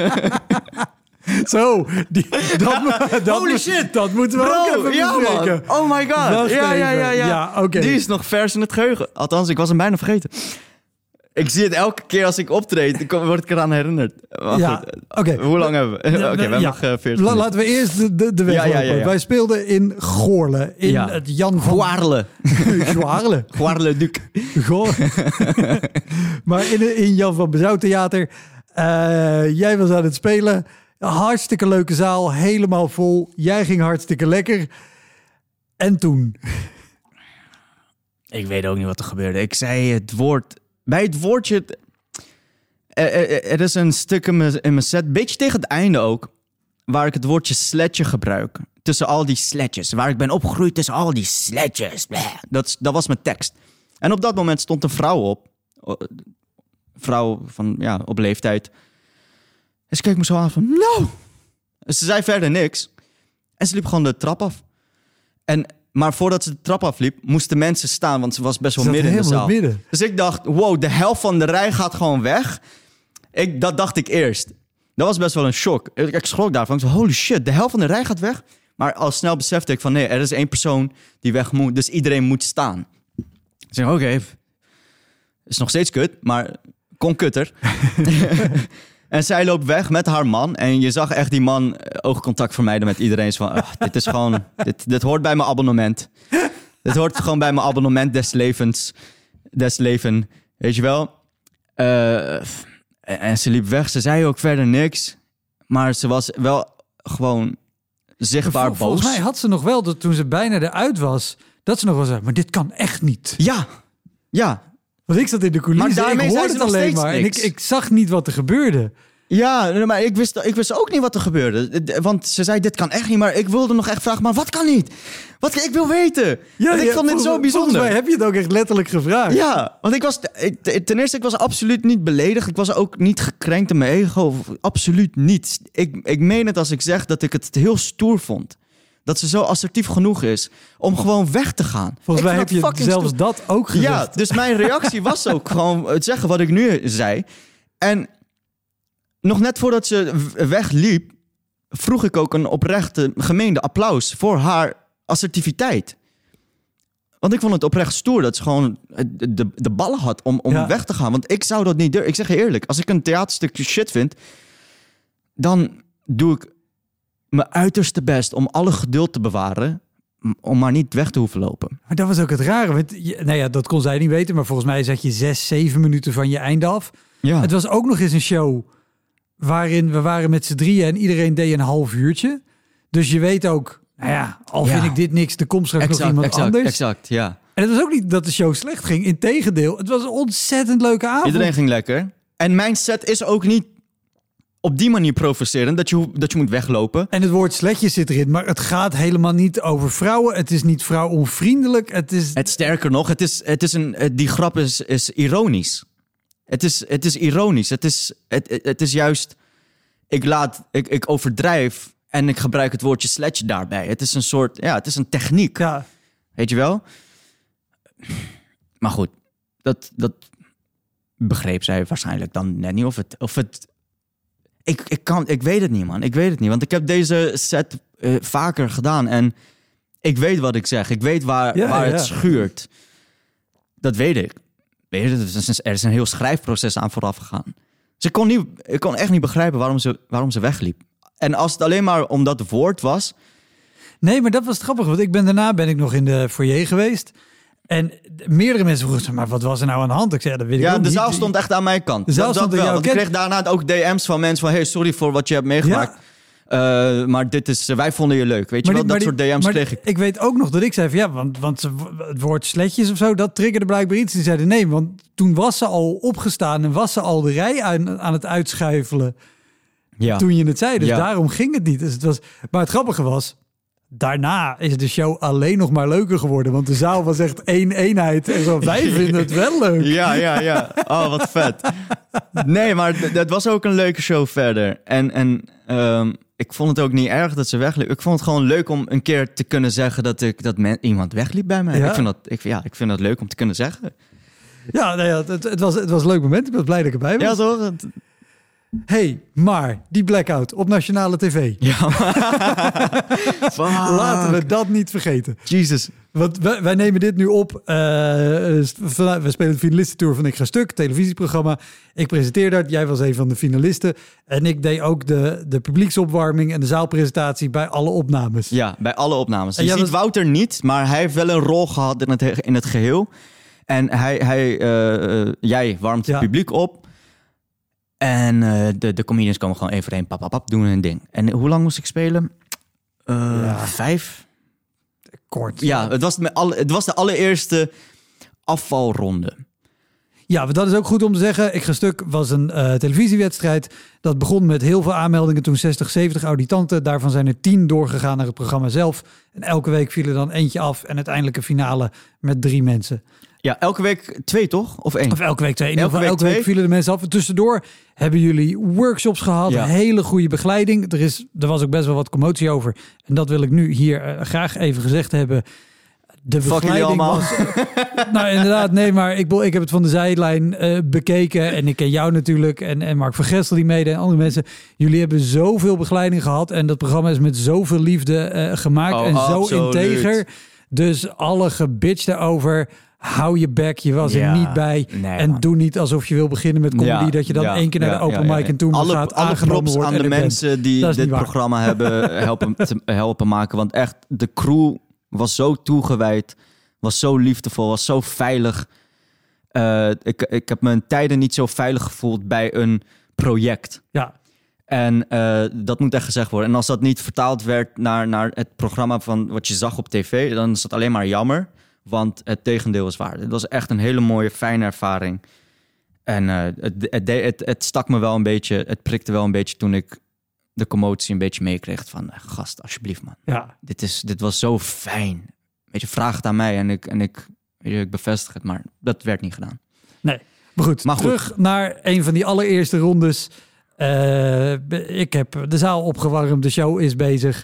Zo, die, dat, dat, holy shit, dat moeten we bro, ook even ja, bespreken. Man. Oh my god. Wacht ja, ja, ja, ja. ja okay. Die is nog vers in het geheugen. Althans, ik was hem bijna vergeten. Ik zie het elke keer als ik optreed, dan word ik eraan herinnerd. Ja, okay. Hoe lang hebben we? Oké, okay, we hebben ja. nog uh, veertig La, Laten we eerst de, de, de weg ja, lopen. ja, ja, ja. Wij speelden in Goorle. In ja. het Jan van... Goarle. Goarle. Goarle Duc. Maar in, in Jan van Bezouw Theater. Uh, jij was aan het spelen. Hartstikke leuke zaal. Helemaal vol. Jij ging hartstikke lekker. En toen? Ik weet ook niet wat er gebeurde. Ik zei het woord... Bij het woordje... Er, er, er is een stuk in mijn, in mijn set, beetje tegen het einde ook, waar ik het woordje sletje gebruik. Tussen al die sletjes. Waar ik ben opgegroeid tussen al die sletjes. Dat, dat was mijn tekst. En op dat moment stond een vrouw op. Vrouw van, ja, op leeftijd. En ze keek me zo aan van, no! Ze zei verder niks. En ze liep gewoon de trap af. En... Maar voordat ze de trap afliep, moesten mensen staan, want ze was best wel ze midden in de zaal. Midden. Dus ik dacht, wow, de helft van de rij gaat gewoon weg. Ik, dat dacht ik eerst. Dat was best wel een shock. Ik, ik schrok daarvan. Ik zei, holy shit, de helft van de rij gaat weg? Maar al snel besefte ik van, nee, er is één persoon die weg moet, dus iedereen moet staan. Ik zeg, oké, okay, is nog steeds kut, maar kon kutter. En zij loopt weg met haar man. En je zag echt die man oogcontact vermijden met iedereen. Van, oh, dit is gewoon... Dit, dit hoort bij mijn abonnement. Dit hoort gewoon bij mijn abonnement des levens. Des leven. Weet je wel? Uh, en ze liep weg. Ze zei ook verder niks. Maar ze was wel gewoon zichtbaar Vol, boos. Volgens mij had ze nog wel, dat toen ze bijna eruit was... dat ze nog wel zei, maar dit kan echt niet. Ja, ja. Want ik zat in de coulissen, ik hoorde het alleen maar. En ik, ik zag niet wat er gebeurde. Ja, maar ik wist, ik wist ook niet wat er gebeurde. Want ze zei, dit kan echt niet. Maar ik wilde nog echt vragen, maar wat kan niet? Wat, ik wil weten. Ja, want ik ja, vond dit zo bijzonder. Volgens mij heb je het ook echt letterlijk gevraagd. Ja, want ik was... Ik, ten eerste, ik was absoluut niet beledigd. Ik was ook niet gekrenkt in mijn ego. Absoluut niet. Ik, ik meen het als ik zeg dat ik het heel stoer vond. Dat ze zo assertief genoeg is om gewoon weg te gaan. Volgens mij heb je zelfs stoer. dat ook gezegd. Ja, dus mijn reactie was ook gewoon het zeggen wat ik nu zei. En nog net voordat ze wegliep, vroeg ik ook een oprechte, gemeende applaus voor haar assertiviteit. Want ik vond het oprecht stoer dat ze gewoon de, de ballen had om, om ja. weg te gaan. Want ik zou dat niet durven. Ik zeg je eerlijk, als ik een theaterstukje shit vind, dan doe ik mijn uiterste best om alle geduld te bewaren, om maar niet weg te hoeven lopen. Maar dat was ook het rare. Want, nou ja, dat kon zij niet weten, maar volgens mij zat je zes, zeven minuten van je einde af. Ja. Het was ook nog eens een show waarin we waren met z'n drieën en iedereen deed een half uurtje. Dus je weet ook, nou ja, al vind ja. ik dit niks, er komt straks exact, nog iemand exact, anders. Exact, ja. En het was ook niet dat de show slecht ging. Integendeel, het was een ontzettend leuke avond. Iedereen ging lekker. En mijn set is ook niet op die manier provoceren dat je, dat je moet weglopen. En het woord sletjes zit erin, maar het gaat helemaal niet over vrouwen. Het is niet vrouwonvriendelijk. Het is... Het sterker nog, het is, het is een, die grap is, is ironisch. Het is, het is ironisch. Het is, het, het is juist... Ik, laat, ik, ik overdrijf en ik gebruik het woordje sletje daarbij. Het is een soort... Ja, het is een techniek. Ja. Weet je wel? Maar goed, dat, dat begreep zij waarschijnlijk dan net niet. Of het... Of het ik, ik, kan, ik weet het niet, man. Ik weet het niet. Want ik heb deze set uh, vaker gedaan. En ik weet wat ik zeg. Ik weet waar, ja, waar ja. het schuurt. Dat weet ik. Weet je, er, is, er is een heel schrijfproces aan vooraf gegaan. Dus ik kon, niet, ik kon echt niet begrijpen waarom ze, waarom ze wegliep. En als het alleen maar om dat woord was... Nee, maar dat was grappig. Want ik ben, daarna ben ik nog in de foyer geweest. En meerdere mensen vroegen, maar wat was er nou aan de hand? Ik zei, dat weet ik ja, ook de niet. zaal stond echt aan mijn kant. De zaal dat, stond dat wel. aan jouw Want ik kant. kreeg daarna ook D M's van mensen van... hey, sorry voor wat je hebt meegemaakt. Ja. Uh, maar dit is, uh, wij vonden je leuk. Weet je maar wel, die, dat die, soort D M's maar kreeg ik. Ik weet ook nog dat ik zei van ja, want, want het woord sletjes of zo, dat triggerde blijkbaar iets. Die zeiden nee, want toen was ze al opgestaan en was ze al de rij aan, aan het uitschuifelen. Ja. Toen je het zei. Dus ja. daarom ging het niet. Dus het was, maar het grappige was, daarna is de show alleen nog maar leuker geworden. Want de zaal was echt één eenheid. En zo, wij vinden het wel leuk. Ja, ja, ja. Oh, wat vet. Nee, maar d- dat was ook een leuke show verder. En, en um, ik vond het ook niet erg dat ze wegliep. Ik vond het gewoon leuk om een keer te kunnen zeggen dat, ik, dat men, iemand wegliep bij mij. Ja. Ik, vind dat, ik, ja, ik vind dat leuk om te kunnen zeggen. Ja, nou ja het, het, was, het was een leuk moment. Ik was blij dat ik erbij was. Ja, toch? Hey, maar die blackout op nationale tv. Ja. Laten we dat niet vergeten. Jesus. Want wij, wij nemen dit nu op. Uh, we spelen de finalistentour van Ik Ga Stuk, televisieprogramma. Ik presenteer dat. Jij was een van de finalisten. En ik deed ook de, de publieksopwarming en de zaalpresentatie bij alle opnames. Ja, bij alle opnames. Je en ziet was... Wouter niet, maar hij heeft wel een rol gehad in het, in het geheel. En hij, hij, uh, jij warmt het ja. publiek op. En uh, de, de comedians komen gewoon één voor één pap, pap, pap, doen een ding. En hoe lang moest ik spelen? Uh, ja. Vijf? Kort. Ja, het was, de, alle, het was de allereerste afvalronde. Ja, dat is ook goed om te zeggen. Ik Ga Stuk was een uh, televisiewedstrijd. Dat begon met heel veel aanmeldingen. Toen zestig, zeventig auditanten. Daarvan zijn er tien doorgegaan naar het programma zelf. En elke week viel er dan eentje af. En uiteindelijk een finale met drie mensen. Ja, elke week twee toch? Of één? Of elke week twee. In elke, week, elke twee? week vielen de mensen af. En tussendoor hebben jullie workshops gehad. Ja. Hele goede begeleiding. Er, is, er was ook best wel wat commotie over. En dat wil ik nu hier uh, graag even gezegd hebben. De Fuck begeleiding was... nou, inderdaad, nee, maar ik, ik heb het van de zijlijn uh, bekeken. En ik ken jou natuurlijk. En, en Mark van Gestel die mede en andere mensen. Jullie hebben zoveel begeleiding gehad. En dat programma is met zoveel liefde uh, gemaakt. Oh, en zo absoluut. integer. Dus alle gebitch daarover... Hou je bek, je was ja, er niet bij. Nee, en man. Doe niet alsof je wil beginnen met comedy... Ja, dat je dan ja, één keer naar ja, de open ja, mic ja, en toen alle, gaat alle aangenomen worden. Alle aan de mensen bent. Die dit programma hebben helpen, te, helpen maken. Want echt, de crew was zo toegewijd. Was zo liefdevol, was zo veilig. Uh, ik, ik heb me tijden niet zo veilig gevoeld bij een project. Ja. En uh, dat moet echt gezegd worden. En als dat niet vertaald werd naar, naar het programma van wat je zag op tv... dan is dat alleen maar jammer... Want het tegendeel is waar. Het was echt een hele mooie, fijne ervaring. En uh, het, het, het, het stak me wel een beetje... Het prikte wel een beetje toen ik de commotie een beetje meekreeg. Van, gast, alsjeblieft, man. Ja. Dit, is, dit was zo fijn. Weet je, vraag het aan mij en ik, en ik, weet je, ik bevestig het. Maar dat werd niet gedaan. Nee, maar goed. Maar terug goed. Naar een van die allereerste rondes. Uh, ik heb de zaal opgewarmd. De show is bezig.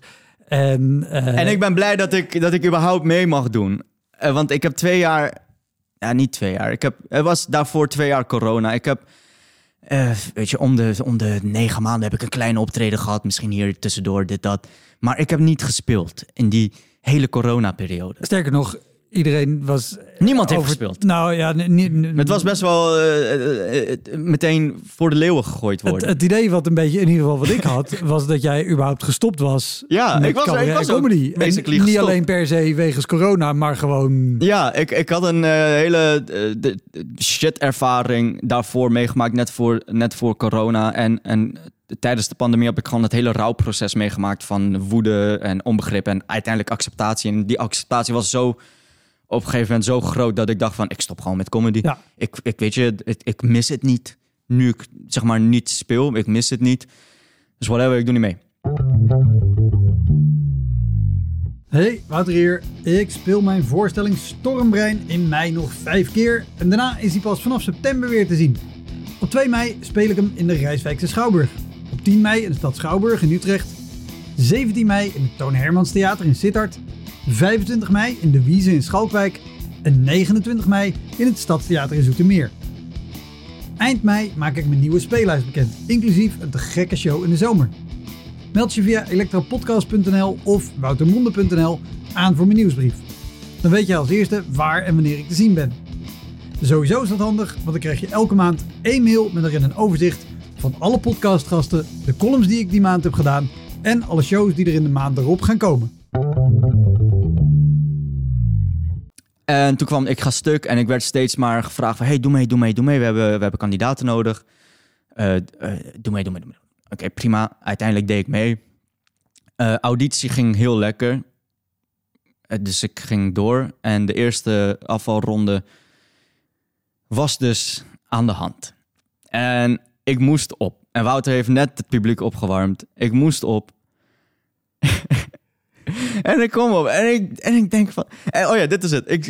En, uh... en ik ben blij dat ik, dat ik überhaupt mee mag doen. Uh, want ik heb twee jaar... Ja, niet twee jaar. Ik heb, er was daarvoor twee jaar corona. Ik heb... Uh, weet je, om de, om de negen maanden heb ik een kleine optreden gehad. Misschien hier tussendoor, dit, dat. Maar ik heb niet gespeeld in die hele corona-periode. Sterker nog, iedereen was... Niemand heeft over... gespeeld. Nou ja... Het was best wel uh, uh, uh, meteen voor de leeuwen gegooid worden. Het, het idee wat een beetje, in ieder geval wat ik had... was dat jij überhaupt gestopt was. Ja, ik was, ik was comedy. En niet gestopt. Alleen per se wegens corona, maar gewoon... Ja, ik, ik had een uh, hele uh, shit-ervaring daarvoor meegemaakt... net voor, net voor corona. En, en tijdens de pandemie heb ik gewoon het hele rouwproces meegemaakt... van woede en onbegrip en uiteindelijk acceptatie. En die acceptatie was zo... op een gegeven moment zo groot dat ik dacht van... ik stop gewoon met comedy. Ja. Ik, ik weet je, ik, ik mis het niet. nu ik zeg maar niet speel. Ik mis het niet. Dus whatever, ik doe niet mee. Hey, Wouter hier. Ik speel mijn voorstelling Stormbrein in mei nog vijf keer. En daarna is hij pas vanaf september weer te zien. Op twee mei speel ik hem in de Rijswijkse Schouwburg. Op tien mei in de stad Schouwburg in Utrecht. zeventien mei in het Toon Hermans Theater in Sittard. vijfentwintig mei in de Wiese in Schalkwijk. En negenentwintig mei in het Stadstheater in Zoetermeer. Eind mei maak ik mijn nieuwe speellijst bekend, inclusief een te gekke show in de zomer. Meld je via elektropodcast punt n l of woutermonde punt n l aan voor mijn nieuwsbrief. Dan weet je als eerste waar en wanneer ik te zien ben. Sowieso is dat handig, want dan krijg je elke maand één mail met erin een overzicht van alle podcastgasten, de columns die ik die maand heb gedaan en alle shows die er in de maand erop gaan komen. En toen kwam ik ga stuk en ik werd steeds maar gevraagd van... hey, doe mee, doe mee, doe mee. We hebben, we hebben kandidaten nodig. Uh, uh, doe mee, doe mee, doe mee. Oké, okay, prima. Uiteindelijk deed ik mee. Uh, auditie ging heel lekker. Uh, dus ik ging door. En de eerste afvalronde was dus aan de hand. En ik moest op. En Wouter heeft net het publiek opgewarmd. Ik moest op. En ik kom op en ik, en ik denk van... En, oh ja, dit is het. Ik,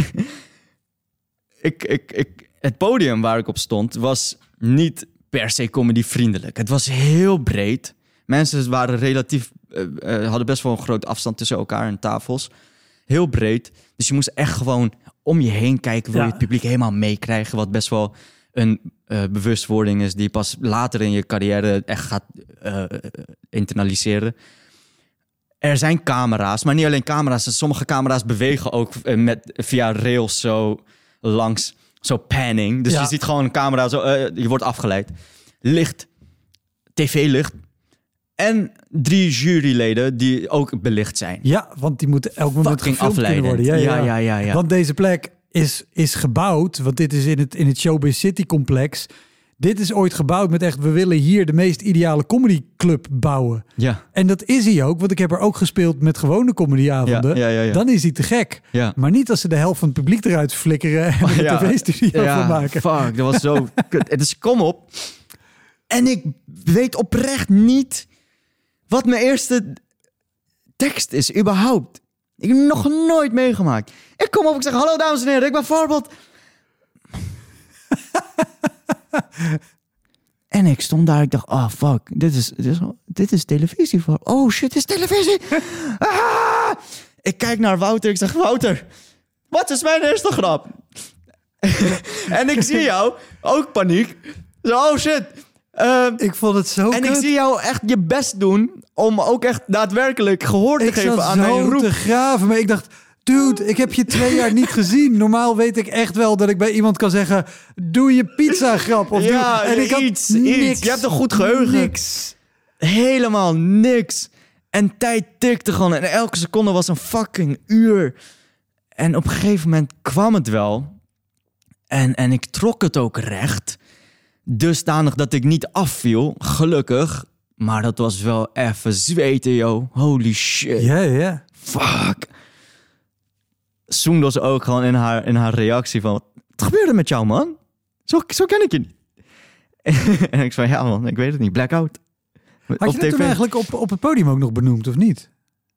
ik, ik, ik, het podium waar ik op stond was niet per se comedyvriendelijk. Het was heel breed. Mensen waren relatief... Uh, uh, hadden best wel een grote afstand tussen elkaar en tafels. Heel breed. Dus je moest echt gewoon om je heen kijken... wil je Ja. het publiek helemaal meekrijgen... wat best wel een uh, bewustwording is... die je pas later in je carrière echt gaat uh, internaliseren... Er zijn camera's, maar niet alleen camera's. Sommige camera's bewegen ook met, via rails zo langs, zo panning. Dus Ja. je ziet gewoon een camera, zo, uh, je wordt afgeleid. Licht, tv-licht en drie juryleden die ook belicht zijn. Ja, want die moeten elk moment Fucking gefilmd kunnen afleidend. worden. Ja, Ja, ja. ja, ja, ja. Want deze plek is, is gebouwd, want dit is in het, in het Showbiz City complex. Dit is ooit gebouwd met echt, we willen hier de meest ideale comedyclub bouwen. Ja, En dat is hij ook, want ik heb er ook gespeeld met gewone comedyavonden. Ja, ja, ja, ja. Dan is hij te gek. ja. Maar niet als ze de helft van het publiek eruit flikkeren en er een Ja. tv-studio Ja, van maken. fuck, dat was zo kut. Dus ik kom op en ik weet oprecht niet wat mijn eerste tekst is, überhaupt. Ik heb nog nooit meegemaakt. Ik kom op, ik zeg, hallo dames en heren, ik ben Farbod. En ik stond daar, ik dacht, oh fuck, dit is, dit is, dit is televisie. Voor. Oh shit, dit is televisie. Ah! Ik kijk naar Wouter, ik zeg, Wouter, wat is mijn eerste grap? En ik zie jou, ook paniek. Zo, oh shit. Uh, Ik vond het zo en kut. ik zie jou echt je best doen om ook echt daadwerkelijk gehoor te Ik geven zat aan mijn zo roep. te graven, maar ik dacht... Dude, ik heb je twee jaar niet gezien. Normaal weet ik echt wel dat ik bij iemand kan zeggen... Doe je pizza-grap. Of Ja, doe... En ik had iets, niks. iets. Je hebt een goed geheugen. Niks. Helemaal niks. En tijd tikte gewoon. En elke seconde was een fucking uur. En op een gegeven moment kwam het wel. En, en ik trok het ook recht. Dusdanig dat ik niet afviel. Gelukkig. Maar dat was wel even zweten, joh. Holy shit. Ja, ja. Fuck. Soendos ook gewoon in haar, in haar reactie van... Wat gebeurde met jou, man? Zo, zo ken ik je niet. En ik zei, ja man, ik weet het niet. Blackout. Had je dat toen eigenlijk op, op het podium ook nog benoemd, of niet?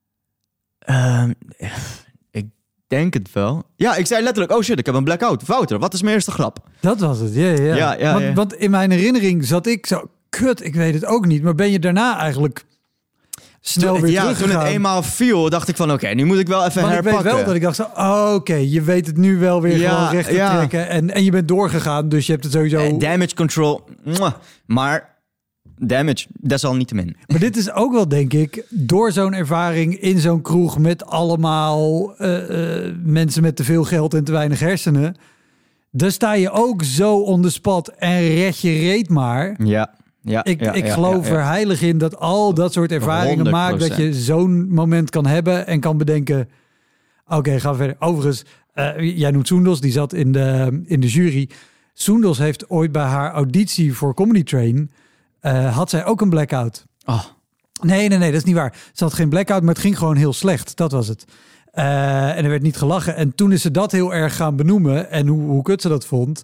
Uh, ik denk het wel. Ja, ik zei letterlijk, oh shit, ik heb een blackout. Wouter, wat is mijn eerste grap? Dat was het, ja, ja. Ja, ja, want, ja. want in mijn herinnering zat ik zo... Kut, ik weet het ook niet. Maar ben je daarna eigenlijk snel toen, weer ja, teruggegaan? toen het eenmaal viel, dacht ik van... Oké, okay, nu moet ik wel even Want herpakken. ik weet wel dat ik dacht zo... Oh, oké, je weet het nu wel weer Ja, gewoon recht te ja. trekken. En, en je bent doorgegaan, dus je hebt het sowieso... Eh, damage control. Mwah. Maar damage, desalniettemin. Maar dit is ook wel, denk ik, door zo'n ervaring in zo'n kroeg... met allemaal uh, uh, mensen met te veel geld en te weinig hersenen... dan sta je ook zo on the spot en red je reet maar... Ja. Ja, Ik, ja, ik ja, geloof ja, ja. er heilig in dat al dat soort ervaringen honderd maakt... dat procent. je zo'n moment kan hebben en kan bedenken... Oké, okay, gaan we verder. Overigens, uh, jij noemt Soendos, die zat in de, in de jury. Soendos heeft ooit bij haar auditie voor Comedy Train... Uh, had zij ook een blackout. Oh. Nee, nee, nee, dat is niet waar. Ze had geen blackout, maar het ging gewoon heel slecht. Dat was het. Uh, en er werd niet gelachen. En toen is ze dat heel erg gaan benoemen en hoe, hoe kut ze dat vond...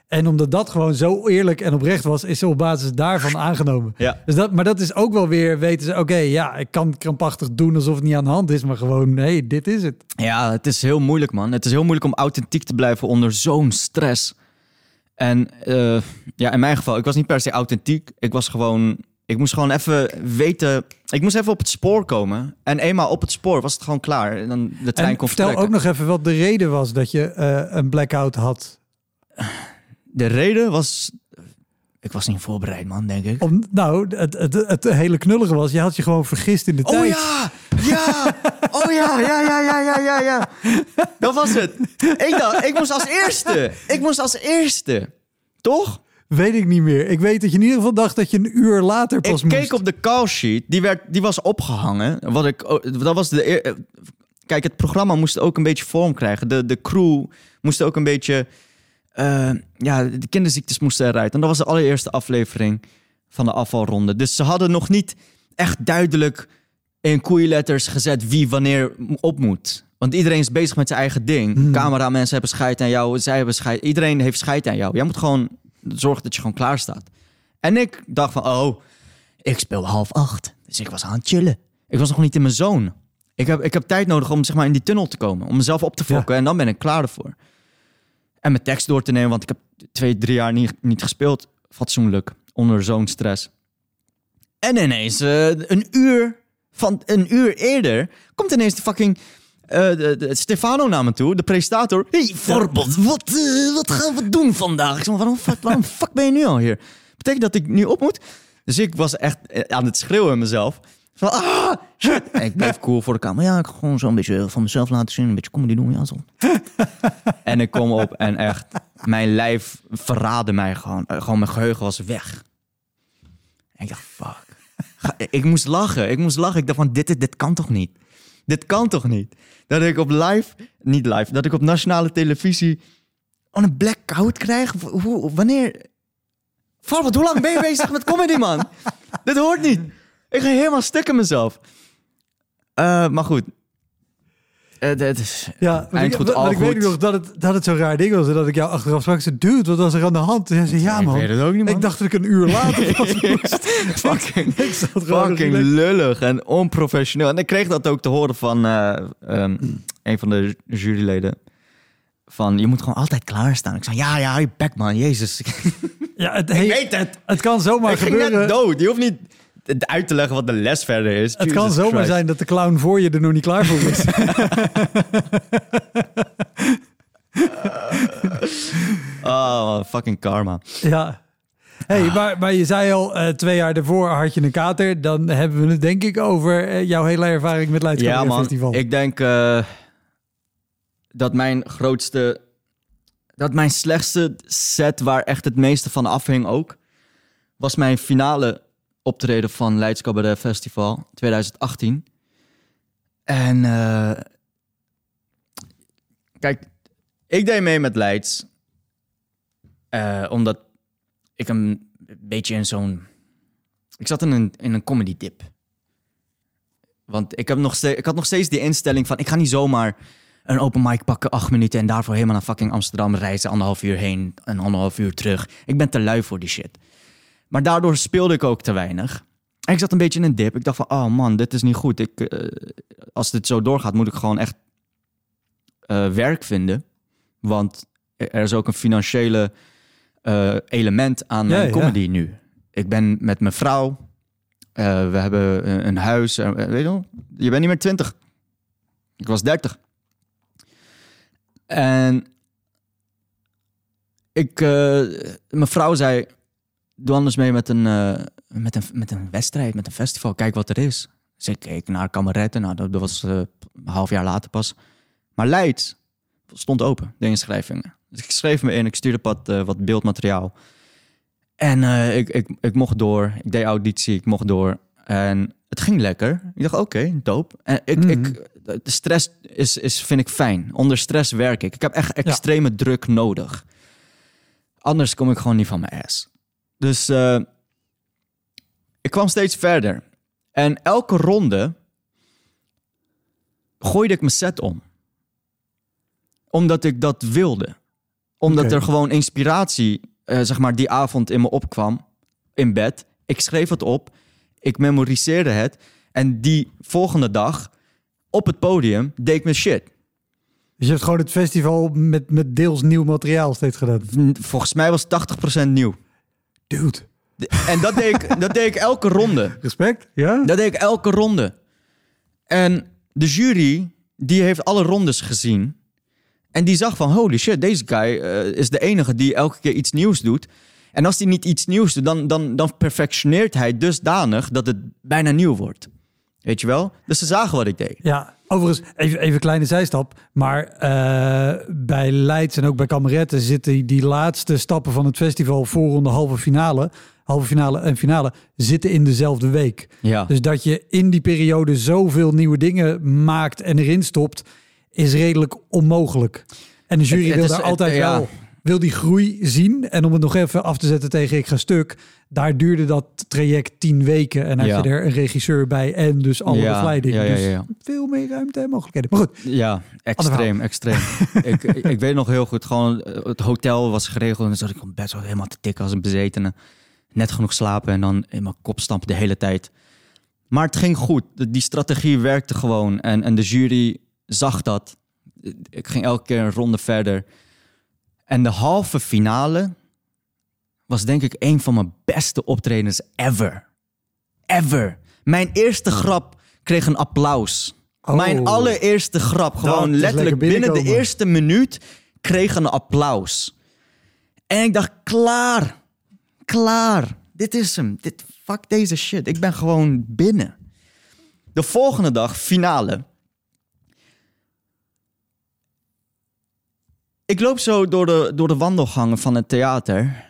En omdat dat gewoon zo eerlijk en oprecht was, is ze op basis daarvan aangenomen. Ja. Dus dat, maar dat is ook wel weer, weten ze, oké, okay, ja, ik kan krampachtig doen alsof het niet aan de hand is, maar gewoon, nee, hey, dit is het. Ja, het is heel moeilijk, man. Het is heel moeilijk om authentiek te blijven onder zo'n stress. En uh, ja, in mijn geval, ik was niet per se authentiek. Ik was gewoon, ik moest gewoon even weten, ik moest even op het spoor komen. En eenmaal op het spoor was het gewoon klaar. En dan de trein en kon vertel vertrekken. ook nog even wat de reden was dat je uh, een blackout had. De reden was... Ik was niet voorbereid, man, denk ik. Om, nou, het, het, het hele knullige was, je had je gewoon vergist in de oh, tijd. Oh ja! Ja! Oh ja, ja, ja, ja, ja, ja, ja. Dat was het. Ik dacht, ik moest als eerste. Ik moest als eerste. Toch? Weet ik niet meer. Ik weet dat je in ieder geval dacht dat je een uur later pas ik moest. Ik keek op de call sheet. Die, werd, die was opgehangen. Wat ik, dat was de eer... Kijk, het programma moest ook een beetje vorm krijgen. De, de crew moest ook een beetje... Uh, ja, de kinderziektes moesten eruit. En dat was de allereerste aflevering van de afvalronde. Dus ze hadden nog niet echt duidelijk in koeienletters gezet wie wanneer op moet. Want iedereen is bezig met zijn eigen ding. Hmm. Cameramensen hebben scheid aan jou, zij hebben scheid. Iedereen heeft scheid aan jou. Jij moet gewoon zorgen dat je gewoon klaar staat. En ik dacht van, oh, ik speel half acht. Dus ik was aan het chillen. Ik was nog niet in mijn zone. Ik heb, ik heb tijd nodig om zeg maar in die tunnel te komen. Om mezelf op te fokken. Ja. En dan ben ik klaar ervoor. En mijn tekst door te nemen, want ik heb twee, drie jaar niet, niet gespeeld. Fatsoenlijk, onder zo'n stress. En ineens, uh, een uur van een uur eerder, komt ineens de fucking uh, de, de Stefano naar me toe, de presentator. Hey, Farbod, wat, uh, wat gaan we doen vandaag? Ik zei, waarom, waarom fuck ben je nu al hier? Betekent dat ik nu op moet? Dus ik was echt aan het schreeuwen in mezelf. Van, ah, shit. En ik bleef cool voor de kamer. Ja, ik ga gewoon zo een beetje van mezelf laten zien. Een beetje comedy doen, ja, zo. En ik kom op en echt, mijn lijf verraadde mij gewoon. Gewoon mijn geheugen was weg. En ik dacht, fuck. Ik moest lachen, ik moest lachen. Ik dacht van, dit, dit kan toch niet? Dit kan toch niet? Dat ik op live, niet live, dat ik op nationale televisie een blackout krijg? Hoe, wanneer? Farbod, hoe lang ben je bezig met comedy, man? Dit hoort niet. Ik ga helemaal stuk in mezelf. Uh, maar goed. Uh, dat is ja, eind ik, goed, al ik goed. weet nog dat het, dat het zo'n raar ding was. En dat ik jou achteraf sprak. Ze dude, wat was er aan de hand? En zei, ja, man. Ik weet het ook niet, man. Ik dacht dat ik een uur later was. fucking fucking lullig en onprofessioneel. En ik kreeg dat ook te horen van uh, um, een van de juryleden. Van, je moet gewoon altijd klaarstaan. Ik zei, ja, ja, je bek, man. Jezus. Ja, het, ik hey, weet het. Het kan zomaar ik gebeuren. Ik ging net dood. Je hoeft niet uit te leggen wat de les verder is. Het Jesus kan zomaar Christ. zijn dat de clown voor je er nog niet klaar voor is. Oh, fucking karma. Ja. Hey, ah. maar, maar je zei al, uh, twee jaar daarvoor had je een kater. Dan hebben we het denk ik over uh, jouw hele ervaring met Leids Cabaret Festival. Ik denk uh, dat mijn grootste... Dat mijn slechtste set, waar echt het meeste van afhing ook, was mijn finale optreden van Leids Cabaret Festival twintig achttien. En uh, kijk, ik deed mee met Leids. Uh, omdat ik een beetje in zo'n... Ik zat in een, in een comedy dip. Want ik, heb nog steeds, ik had nog steeds die instelling van, ik ga niet zomaar een open mic pakken, acht minuten en daarvoor helemaal naar fucking Amsterdam reizen, anderhalf uur heen en anderhalf uur terug. Ik ben te lui voor die shit. Maar daardoor speelde ik ook te weinig. En ik zat een beetje in een dip. Ik dacht van, oh man, dit is niet goed. Ik, uh, als dit zo doorgaat, moet ik gewoon echt uh, werk vinden. Want er is ook een financiële uh, element aan mijn ja, comedy ja. nu. Ik ben met mijn vrouw. Uh, we hebben een, een huis. Uh, weet je wel? Je bent niet meer twintig. Ik was dertig. En ik, uh, mijn vrouw zei, doe anders mee met een, uh, met, een, met een wedstrijd, met een festival. Kijk wat er is. Dus ik keek naar kameretten. Nou, dat, dat was uh, een half jaar later pas. Maar Leids stond open, de inschrijvingen. Dus ik schreef me in, ik stuurde wat, uh, wat beeldmateriaal. En uh, ik, ik, ik mocht door. Ik deed auditie, ik mocht door. En het ging lekker. Ik dacht, oké, okay, dope. En ik, mm-hmm. ik, de stress is, is, vind ik fijn. Onder stress werk ik. Ik heb echt extreme ja. druk nodig. Anders kom ik gewoon niet van mijn ass. Dus uh, ik kwam steeds verder. En elke ronde gooide ik mijn set om. Omdat ik dat wilde. Omdat Okay. er gewoon inspiratie, uh, zeg maar, die avond in me opkwam. In bed. Ik schreef het op. Ik memoriseerde het. En die volgende dag, op het podium, deed ik mijn shit. Dus je hebt gewoon het festival met, met deels nieuw materiaal steeds gedaan. Volgens mij was tachtig procent nieuw. Dude. En dat deed ik, dat deed ik elke ronde. Respect, ja? Dat deed ik elke ronde. En de jury, die heeft alle rondes gezien. En die zag van, holy shit, deze guy uh, is de enige die elke keer iets nieuws doet. En als hij niet iets nieuws doet, dan, dan, dan perfectioneert hij dusdanig dat het bijna nieuw wordt. Weet je wel? Dus ze zagen wat ik deed. Ja, overigens, even, even een kleine zijstap. Maar uh, bij Leids en ook bij Kameretten zitten die, die laatste stappen van het festival, voorronde, halve finale, halve finale en finale, zitten in dezelfde week. Ja. Dus dat je in die periode zoveel nieuwe dingen maakt en erin stopt, is redelijk onmogelijk. En de jury Het- het wil is- daar het- altijd ja. wel, wil die groei zien. En om het nog even af te zetten tegen Ik Ga Stuk, daar duurde dat traject tien weken. En had Ja. je er een regisseur bij en dus alle Ja, begeleiding. ja, ja, ja, ja. Dus veel meer ruimte en mogelijkheden. Maar goed, Ja, extreem, extreem. ik, ik, ik weet nog heel goed, gewoon uh, het hotel was geregeld. En dan zat ik best wel helemaal te tikken als een bezetene. Net genoeg slapen en dan in mijn kop stampen de hele tijd. Maar het ging goed. De- Die strategie werkte gewoon. En, en de jury zag dat. Ik ging elke keer een ronde verder. En de halve finale was denk ik een van mijn beste optredens ever. Ever. Mijn eerste grap kreeg een applaus. Oh. Mijn allereerste grap, Dat gewoon is letterlijk lekker binnen de binnenkomen. eerste minuut, kreeg een applaus. En ik dacht, klaar. Klaar. Dit is hem. Dit, fuck deze shit. Ik ben gewoon binnen. De volgende dag, finale. Ik loop zo door de, door de wandelgangen van het theater.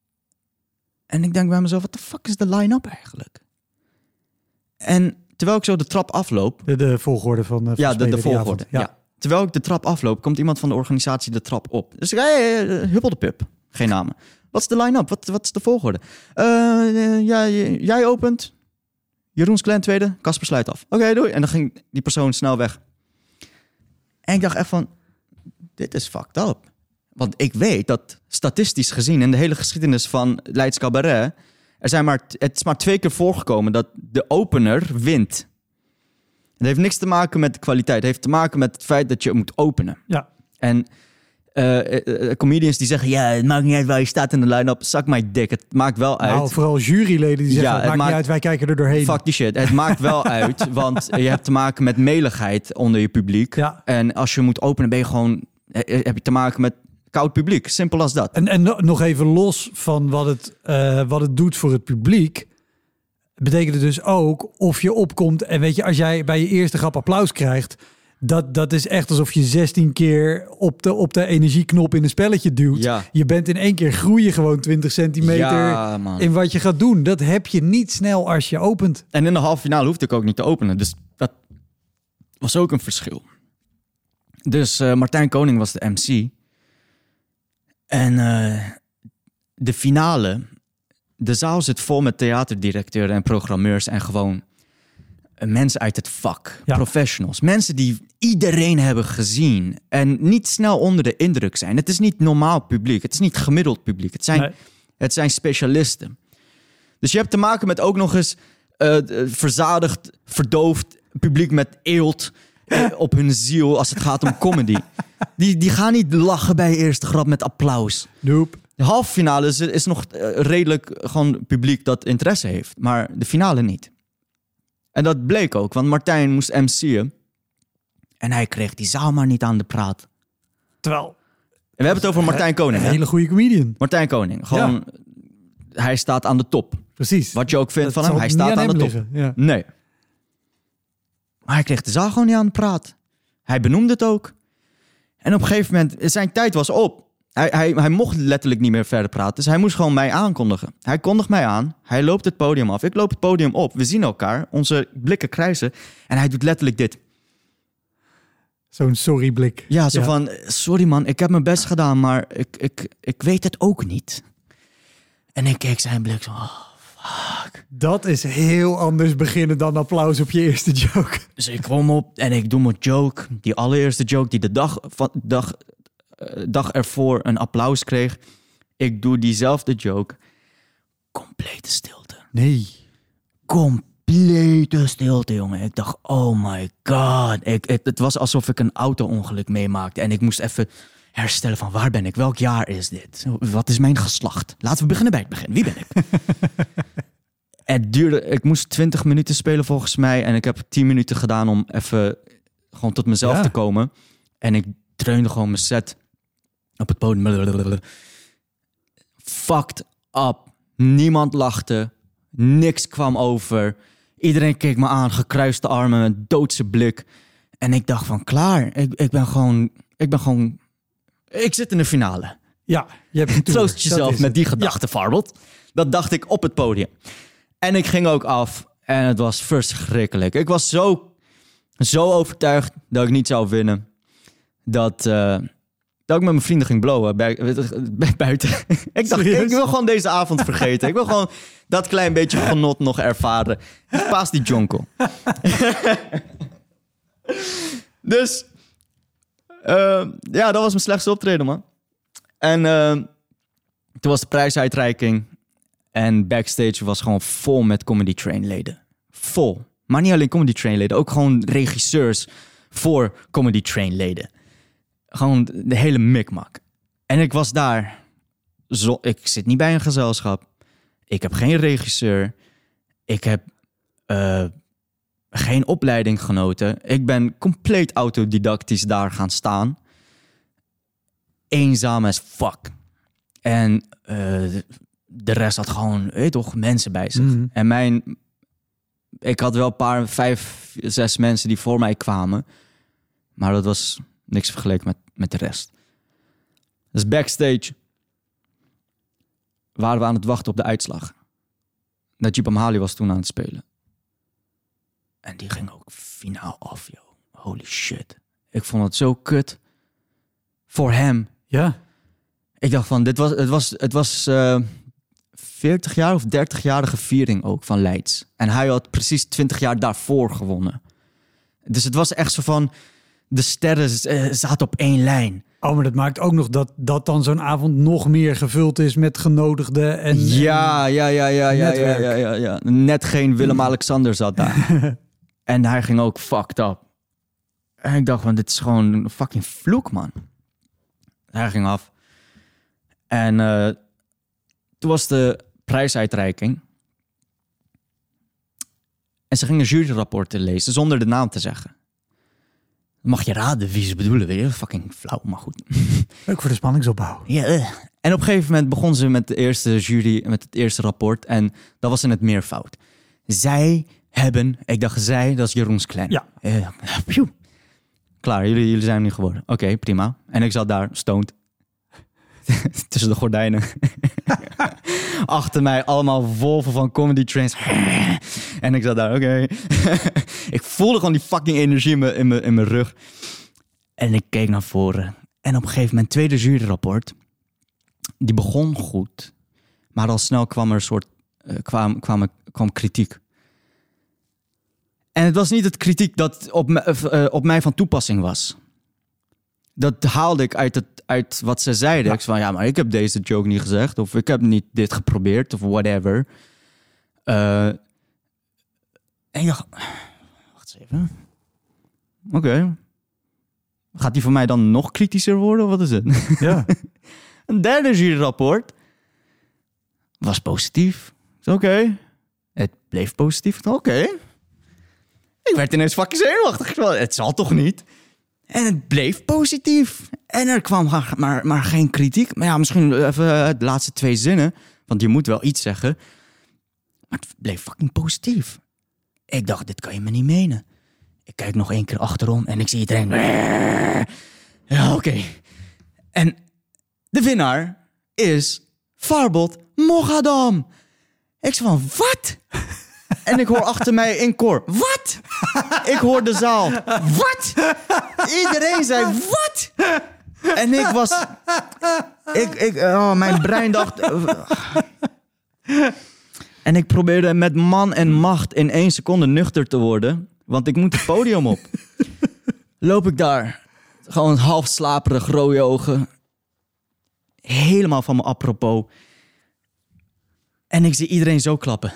En ik denk bij mezelf, wat de fuck is de line-up eigenlijk? En terwijl ik zo de trap afloop... de, de volgorde van, uh, van Ja, de, spelen de die volgorde. avond. Ja. Ja. Terwijl ik de trap afloop, komt iemand van de organisatie de trap op. Dus ik hey, hey, huppel de pup. Geen namen. Wat is de line-up? Wat, wat is de volgorde? Uh, uh, ja, j- jij opent. Jeroens Clan tweede. Casper sluit af. Oké, doei. En dan ging die persoon snel weg. En ik dacht echt van, dit is fucked up. Want ik weet dat statistisch gezien in de hele geschiedenis van Leids Cabaret, er zijn maar, het is maar twee keer voorgekomen dat de opener wint. Het heeft niks te maken met de kwaliteit. Het heeft te maken met het feit dat je moet openen. Ja. En uh, uh, comedians die zeggen, ja, het maakt niet uit waar je staat in de line-up. Zak my dik, het maakt wel uit. Nou, vooral juryleden die zeggen, Ja, het het maakt maakt- niet uit, wij kijken er doorheen. Fuck die shit. Het maakt wel uit, want je hebt te maken met meligheid onder je publiek. Ja. En als je moet openen, ben je gewoon, eh, heb je te maken met koud publiek. Simpel als dat. En, en no- nog even los van wat het, uh, wat het doet voor het publiek, betekent het dus ook of je opkomt en weet je, als jij bij je eerste grap applaus krijgt, dat, dat is echt alsof je zestien keer op de, op de energieknop in een spelletje duwt. Ja. Je bent in één keer groeien gewoon twintig centimeter Ja, man. in wat je gaat doen. Dat heb je niet snel als je opent. En in de halve finale hoefde ik ook niet te openen. Dus dat was ook een verschil. Dus uh, Martijn Koning was de M C. En uh, de finale, de zaal zit vol met theaterdirecteuren en programmeurs en gewoon mensen uit het vak, Ja. professionals. Mensen die iedereen hebben gezien en niet snel onder de indruk zijn. Het is niet normaal publiek, het is niet gemiddeld publiek. Het zijn, Nee. het zijn specialisten. Dus je hebt te maken met ook nog eens uh, verzadigd, verdoofd publiek met eelt uh, op hun ziel als het gaat om comedy. Die, die gaan niet lachen bij je eerste grap met applaus. Nope. De halve finale is, is nog uh, redelijk gewoon publiek dat interesse heeft. Maar de finale niet. En dat bleek ook, want Martijn moest M C'en. En hij kreeg die zaal maar niet aan de praat. Terwijl, En we hebben het over Martijn Koning. een Hè? hele goede comedian. Martijn Koning. Gewoon, hij staat aan de top. Precies. Wat je ook vindt Dat van hem, zal hij niet staat aan, hem de top. liggen, ja. Nee. Maar hij kreeg de zaal gewoon niet aan de praat. Hij benoemde het ook. En op een gegeven moment, zijn tijd was op. Hij, hij, hij mocht letterlijk niet meer verder praten. Dus hij moest gewoon mij aankondigen. Hij kondigt mij aan. Hij loopt het podium af. Ik loop het podium op. We zien elkaar. Onze blikken kruisen. En hij doet letterlijk dit. Zo'n sorry blik. Ja, zo van, sorry man, ik heb mijn best gedaan, maar ik, ik, ik weet het ook niet. En ik keek zijn blik zo, oh, fuck. Dat is heel anders beginnen dan applaus op je eerste joke. Dus ik kom op en ik doe mijn joke. Die allereerste joke die de dag, van, dag uh, dag ervoor een applaus kreeg. Ik doe diezelfde joke. Complete stilte. Nee. Complete stilte, jongen. Ik dacht, oh my god. Ik, het, het was alsof ik een auto-ongeluk meemaakte. En ik moest even herstellen van waar ben ik? Welk jaar is dit? Wat is mijn geslacht? Laten we beginnen bij het begin. Wie ben ik? Het duurde, ik moest twintig minuten spelen volgens mij. En ik heb tien minuten gedaan om even gewoon tot mezelf ja. te komen. En ik dreunde gewoon mijn set op het podium. Fucked up. Niemand lachte. Niks kwam over. Iedereen keek me aan, gekruiste armen, met doodse blik. En ik dacht van, klaar. Ik, ik ben gewoon... Ik ben gewoon... Ik zit in de finale. Ja, je hebt een tour. Troost jezelf met die gedachte, ja. Farbot. Dat dacht ik op het podium. En ik ging ook af. En het was verschrikkelijk. Ik was zo, zo overtuigd dat ik niet zou winnen. Dat, uh, dat ik met mijn vrienden ging blowen buiten. Ik dacht, ik wil gewoon deze avond vergeten. Ik wil gewoon dat klein beetje genot nog ervaren. Paas die jonkel. Dus, uh, ja, dat was mijn slechtste optreden, man. En uh, toen was de prijsuitreiking. En backstage was gewoon vol met Comedy Train leden. Vol. Maar niet alleen Comedy Train leden. Ook gewoon regisseurs voor Comedy Train leden. Gewoon de hele mikmak. En ik was daar. Zo, ik zit niet bij een gezelschap. Ik heb geen regisseur. Ik heb uh, geen opleiding genoten. Ik ben compleet autodidactisch daar gaan staan. Eenzaam as fuck. En uh, de rest had gewoon, weet je toch, mensen bij zich. Mm-hmm. En mijn... Ik had wel een paar, vijf, zes mensen die voor mij kwamen. Maar dat was niks vergeleken met, met de rest. Dus backstage waren we aan het wachten op de uitslag. Najib Amhali was toen aan het spelen. En die ging ook finaal af, joh. Holy shit. Ik vond het zo kut. Voor hem. Ja. Ik dacht van, dit was, het was, het was uh, veertig jaar of dertig-jarige viering ook van Leids. En hij had precies twintig jaar daarvoor gewonnen. Dus het was echt zo van, de sterren uh, zaten op één lijn. Oh, maar dat maakt ook nog dat, dat dan zo'n avond nog meer gevuld is met genodigden en ja, en ja, ja, ja, ja, ja, ja, ja, ja. Net geen Willem-Alexander zat daar. En hij ging ook fucked up. En ik dacht van, dit is gewoon een fucking vloek, man. Hij ging af. En uh, toen was de prijsuitreiking. En ze gingen juryrapporten lezen zonder de naam te zeggen. Mag je raden wie ze bedoelen, weet je? Fucking flauw, maar goed. Leuk voor de spanningsopbouw. Ja. Uh. En op een gegeven moment begon ze met de eerste jury, met het eerste rapport. En dat was in het meervoud. Zij hebben, ik dacht zij, dat is Jeroens Clan. Ja. Uh, Klaar, jullie, jullie zijn nu geworden. Oké, okay, prima. En ik zat daar, stoned. Tussen de gordijnen. Achter mij allemaal wolven van comedy trains. En ik zat daar, oké. Okay. Ik voelde gewoon die fucking energie in mijn, in, mijn, in mijn rug. En ik keek naar voren. En op een gegeven moment, tweede juryrapport. Die begon goed. Maar al snel kwam er een soort... Uh, kwam, kwam, kwam kritiek. En het was niet het kritiek dat op, me, uh, op mij van toepassing was. Dat haalde ik uit, het, uit wat ze zeiden. Ja. Ik zei van, ja, maar ik heb deze joke niet gezegd. Of ik heb niet dit geprobeerd. Of whatever. Uh, en je... Wacht eens even. Oké. Okay. Gaat die voor mij dan nog kritischer worden? Wat is het? Ja. Een derde juryrapport was positief. Oké. Okay. Het bleef positief. Oké. Okay. Ik werd ineens fucking zenuwachtig. Het zal toch niet? En het bleef positief. En er kwam maar, maar, maar geen kritiek. Maar ja, misschien even de laatste twee zinnen. Want je moet wel iets zeggen. Maar het bleef fucking positief. Ik dacht, dit kan je me niet menen. Ik kijk nog één keer achterom en ik zie iedereen... Ja, oké. Okay. En de winnaar is Farbod Moghadam. Ik zei van, wat? En ik hoor achter mij in koor, wat? Ik hoor de zaal, wat? Iedereen zei, wat? En ik was... Ik, ik, oh, mijn brein dacht... En ik probeerde met man en macht in één seconde nuchter te worden. Want ik moet het podium op. Loop ik daar Gewoon half slaperig, rode ogen. Helemaal van me apropos. En ik zie iedereen zo klappen.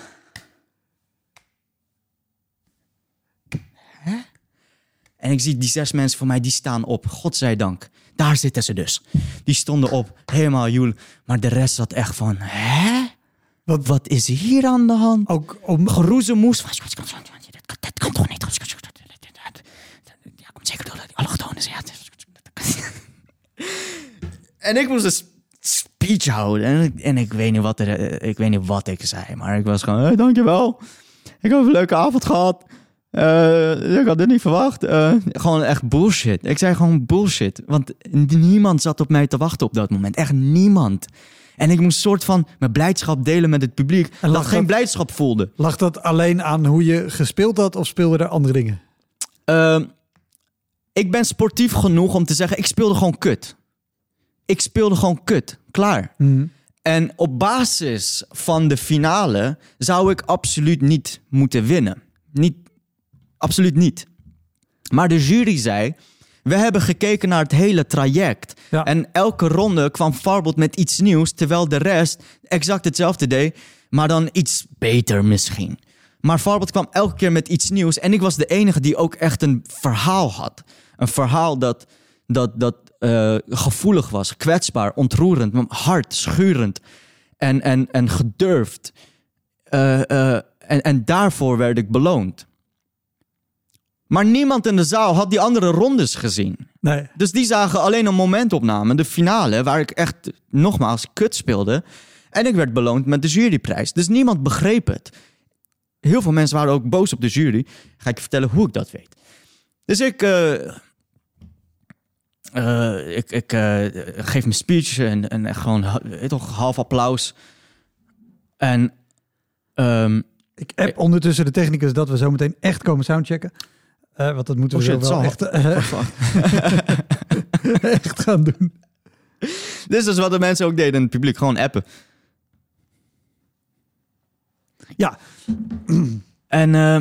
Hè? En ik zie die zes mensen voor mij, die staan op. Godzijdank. Daar zitten ze dus. Die stonden op, helemaal joel. Maar de rest zat echt van... Hè? Wat, Wat is hier aan de hand? Ook om... Geroezemoes. Dat kan toch niet? Ja, komt zeker door die allochtonen. Ja. En ik moest een speech houden. En ik, en ik, weet niet wat er, ik weet niet wat ik zei. Maar ik was gewoon, hey, dankjewel. Ik heb een leuke avond gehad. Uh, ik had dit niet verwacht. Uh, gewoon echt bullshit. Ik zei gewoon bullshit. Want niemand zat op mij te wachten op dat moment. Echt niemand. En ik moest soort van mijn blijdschap delen met het publiek. En dat geen dat, blijdschap voelde. Lag dat alleen aan hoe je gespeeld had? Of speelden er andere dingen? Uh, ik ben sportief genoeg om te zeggen... ik speelde gewoon kut. Ik speelde gewoon kut. Klaar. Mm. En op basis van de finale... zou ik absoluut niet moeten winnen. Niet, absoluut niet. Maar de jury zei... we hebben gekeken naar het hele traject. Ja. En elke ronde kwam Firebolt met iets nieuws... terwijl de rest exact hetzelfde deed... maar dan iets beter misschien. Maar Firebolt kwam elke keer met iets nieuws... en ik was de enige die ook echt een verhaal had. Een verhaal dat, dat, dat uh, gevoelig was, kwetsbaar, ontroerend... hard, schurend en, en, en gedurfd. Uh, uh, en, en daarvoor werd ik beloond. Maar niemand in de zaal had die andere rondes gezien. Nee. Dus die zagen alleen een momentopname, de finale... waar ik echt nogmaals kut speelde. En ik werd beloond met de juryprijs. Dus niemand begreep het. Heel veel mensen waren ook boos op de jury. Ga ik je vertellen hoe ik dat weet. Dus ik... Uh, uh, ik, ik uh, geef mijn speech en, en gewoon uh, toch half applaus. En... Um, ik app ondertussen de technicus dat we zo meteen echt komen soundchecken. Uh, want dat moeten we oh, zo wel echt, uh, echt gaan doen. Dit is dus wat de mensen ook deden in het publiek. Gewoon appen. Ja. En, uh,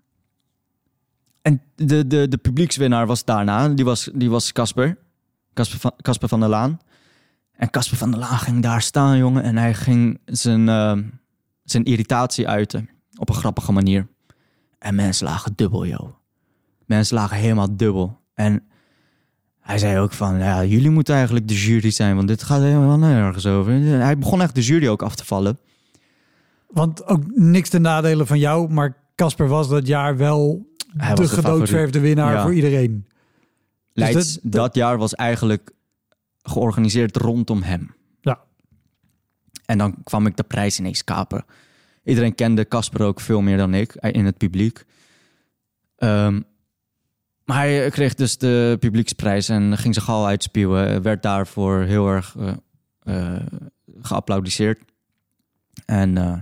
en de, de, de publiekswinnaar was daarna. Die was die was Casper. Casper van, Casper van der Laan. En Casper van der Laan ging daar staan, jongen. En hij ging zijn, uh, zijn irritatie uiten. Op een grappige manier. En mensen lagen dubbel, joh. Mensen lagen helemaal dubbel. En hij zei ook van... ja, jullie moeten eigenlijk de jury zijn... want dit gaat helemaal nergens over. Hij begon echt de jury ook af te vallen. Want ook niks ten nadele van jou... maar Casper was dat jaar wel... hij de gedoodverfde winnaar ja. voor iedereen. Leids, dus dat, dat jaar was eigenlijk... georganiseerd rondom hem. Ja. En dan kwam ik de prijs ineens kapen. Iedereen kende Casper ook veel meer dan ik... in het publiek. Um, Maar hij kreeg dus de publieksprijs en ging zich al uitspuwen. Werd daarvoor heel erg uh, uh, geapplaudiseerd. En uh,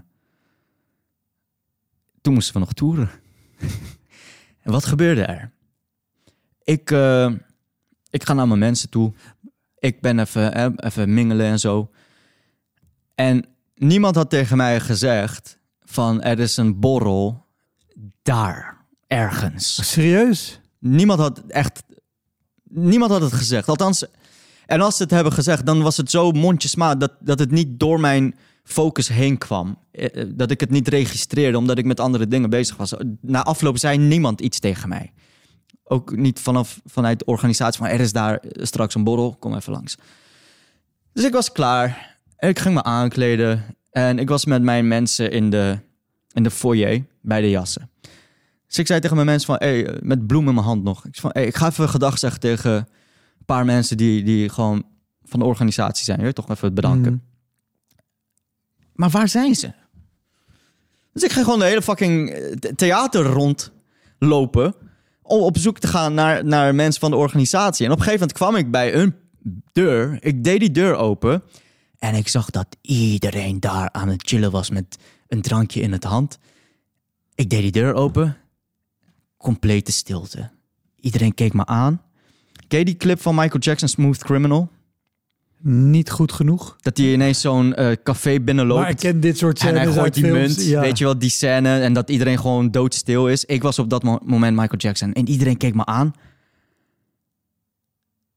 toen moesten we nog toeren. En wat gebeurde er? Ik, uh, ik ga naar mijn mensen toe. Ik ben even, eh, even mingelen en zo. En niemand had tegen mij gezegd... van er is een borrel daar, ergens. Serieus? Niemand had echt... Niemand had het gezegd. Althans... En als ze het hebben gezegd, dan was het zo mondjesmaat... dat, dat het niet door mijn focus heen kwam. Dat ik het niet registreerde, omdat ik met andere dingen bezig was. Na afloop zei niemand iets tegen mij. Ook niet vanaf, vanuit de organisatie van... er is daar straks een borrel, kom even langs. Dus ik was klaar. Ik ging me aankleden. En ik was met mijn mensen in de, in de foyer bij de jassen. Dus ik zei tegen mijn mensen van... Hey, met bloem in mijn hand nog. Ik, zei van, hey, ik ga even gedag zeggen tegen een paar mensen... die, die gewoon van de organisatie zijn. Je toch even bedanken. Mm. Maar waar zijn ze? Dus ik ging gewoon de hele fucking theater rondlopen... om op zoek te gaan naar, naar mensen van de organisatie. En op een gegeven moment kwam ik bij een deur. Ik deed die deur open... en ik zag dat iedereen daar aan het chillen was... met een drankje in het hand. Ik deed die deur open... complete stilte. Iedereen keek me aan. Ken je die clip van Michael Jackson, Smooth Criminal? Niet goed genoeg. Dat hij ineens zo'n uh, café binnenloopt. Maar ik ken dit soort scènes en hij gooit die films, munt. Ja. Weet je wel, die scène. En dat iedereen gewoon doodstil is. Ik was op dat mo- moment Michael Jackson. En iedereen keek me aan.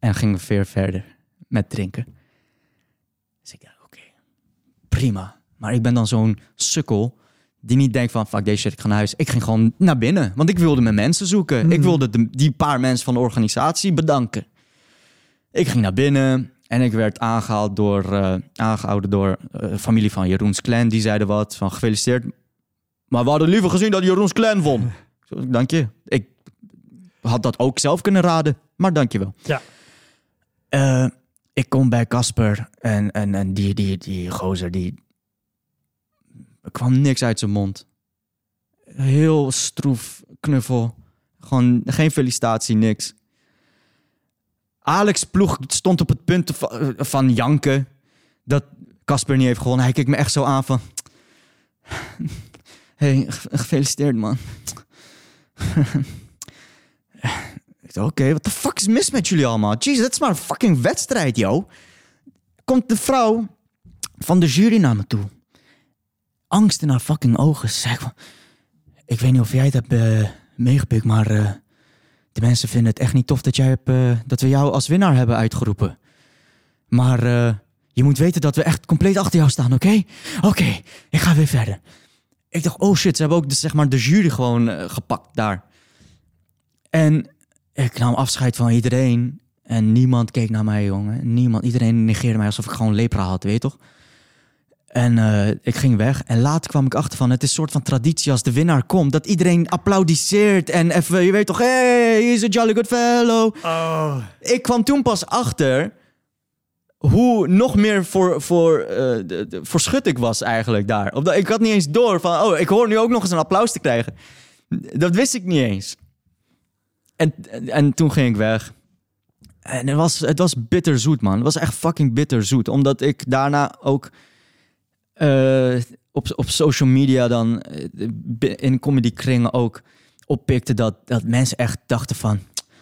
En gingen we weer verder met drinken. Dus ik dacht, oké, okay, prima. Maar ik ben dan zo'n sukkel die niet denkt van, fuck deze shit, ik ga naar huis. Ik ging gewoon naar binnen, want ik wilde mijn mensen zoeken. Mm. Ik wilde de, die paar mensen van de organisatie bedanken. Ik ging naar binnen en ik werd aangehaald door, uh, aangehouden door uh, familie van Jeroens Clan. Die zeiden wat van, gefeliciteerd. Maar we hadden liever gezien dat Jeroens Clan won. Dank je. Ik had dat ook zelf kunnen raden, maar dank je wel. Ja. Uh, ik kom bij Casper en, en, en die, die, die gozer, die... Er kwam niks uit zijn mond. Heel stroef knuffel. Gewoon geen felicitatie, niks. Alex Ploeg stond op het punt van, van janken dat Casper niet heeft gewonnen. Hij keek me echt zo aan van... Hey, gefeliciteerd, man. Ik dacht, oké, wat de fuck is mis met jullie allemaal? Jezus, dat is maar een fucking wedstrijd, yo. Komt de vrouw van de jury naar me toe. Angst in haar fucking ogen. Zeg, ik weet niet of jij het hebt uh, meegepikt, maar uh, de mensen vinden het echt niet tof dat, jij hebt, uh, dat we jou als winnaar hebben uitgeroepen. Maar uh, je moet weten dat we echt compleet achter jou staan, oké? Okay? Oké, okay, ik ga weer verder. Ik dacht, oh shit, ze hebben ook de, zeg maar, de jury gewoon uh, gepakt daar. En ik nam afscheid van iedereen. En niemand keek naar mij, jongen. Niemand, iedereen negeerde mij alsof ik gewoon lepra had, weet je toch? En uh, ik ging weg. En later kwam ik achter van, het is een soort van traditie als de winnaar komt. Dat iedereen applaudisseert. En even, je weet toch, hey, he's a jolly good fellow. Oh. Ik kwam toen pas achter hoe nog meer voor, voor, uh, de, de, voor schut ik was eigenlijk daar. Omdat, ik had niet eens door van, oh, ik hoor nu ook nog eens een applaus te krijgen. Dat wist ik niet eens. En, en, en toen ging ik weg. En het was, het was bitterzoet, man. Het was echt fucking bitterzoet. Omdat ik daarna ook uh, op, op social media dan uh, in comedykringen ook oppikte dat, dat mensen echt dachten van...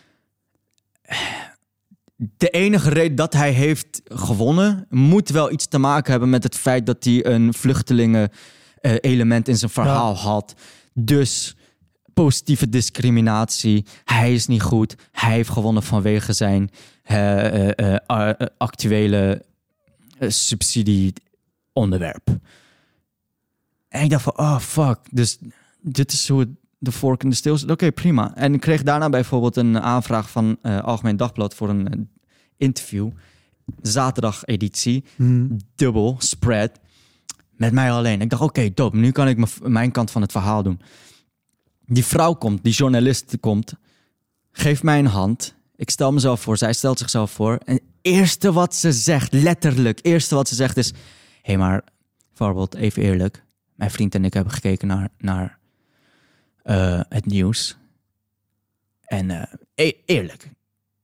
De enige reden dat hij heeft gewonnen moet wel iets te maken hebben met het feit dat hij een vluchtelingen uh, element in zijn verhaal ja. had. Dus positieve discriminatie. Hij is niet goed. Hij heeft gewonnen vanwege zijn uh, uh, uh, uh, actuele uh, subsidieonderwerp. En ik dacht van, oh fuck. Dus dit is hoe het de vork in de steel zit. Oké, okay, prima. En ik kreeg daarna bijvoorbeeld een aanvraag van uh, Algemeen Dagblad voor een uh, interview. Zaterdag editie. Hmm. Dubbel, spread. Met mij alleen. Ik dacht, oké, okay, dope. Nu kan ik m- mijn kant van het verhaal doen. Die vrouw komt, die journalist komt, geeft mij een hand. Ik stel mezelf voor, zij stelt zichzelf voor. En het eerste wat ze zegt, letterlijk, het eerste wat ze zegt is... Hé, hey, maar bijvoorbeeld even eerlijk. Mijn vriend en ik hebben gekeken naar, naar uh, het nieuws. En uh, e- eerlijk.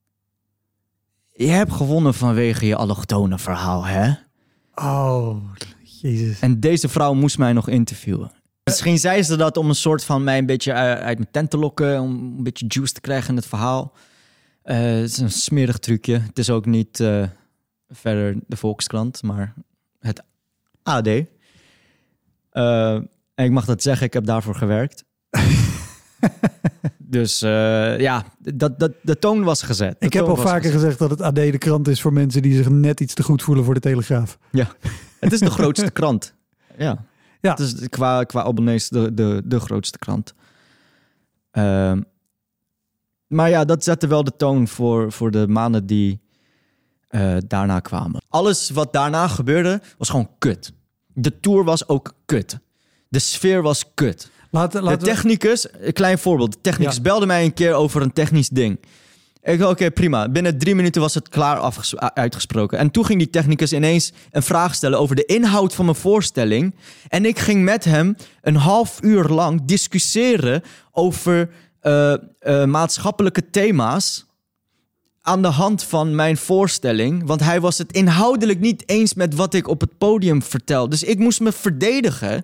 Je hebt gewonnen vanwege je allochtone verhaal, hè? Oh, jezus. En deze vrouw moest mij nog interviewen. Misschien zei ze dat om een soort van mij een beetje uit mijn tent te lokken. Om een beetje juice te krijgen in het verhaal. Uh, het is een smerig trucje. Het is ook niet uh, verder de Volkskrant, maar het A D. Uh, en ik mag dat zeggen, ik heb daarvoor gewerkt. Dus uh, ja, dat, dat, de toon was gezet. De ik heb al vaker gezet. gezegd dat het A D de krant is voor mensen die zich net iets te goed voelen voor de Telegraaf. Ja, het is de grootste krant. Ja. Ja. Het is qua, qua abonnees de, de, de grootste krant. Uh, maar ja, dat zette wel de toon voor, voor de maanden die uh, daarna kwamen. Alles wat daarna gebeurde was gewoon kut. De tour was ook kut. De sfeer was kut. Laten, laten de technicus, een klein voorbeeld. De technicus ja. belde mij een keer over een technisch ding. Ik dacht, oké, okay, prima. Binnen drie minuten was het klaar afges- uitgesproken. En toen ging die technicus ineens een vraag stellen over de inhoud van mijn voorstelling. En ik ging met hem een half uur lang discussiëren over uh, uh, maatschappelijke thema's aan de hand van mijn voorstelling. Want hij was het inhoudelijk niet eens met wat ik op het podium vertel. Dus ik moest me verdedigen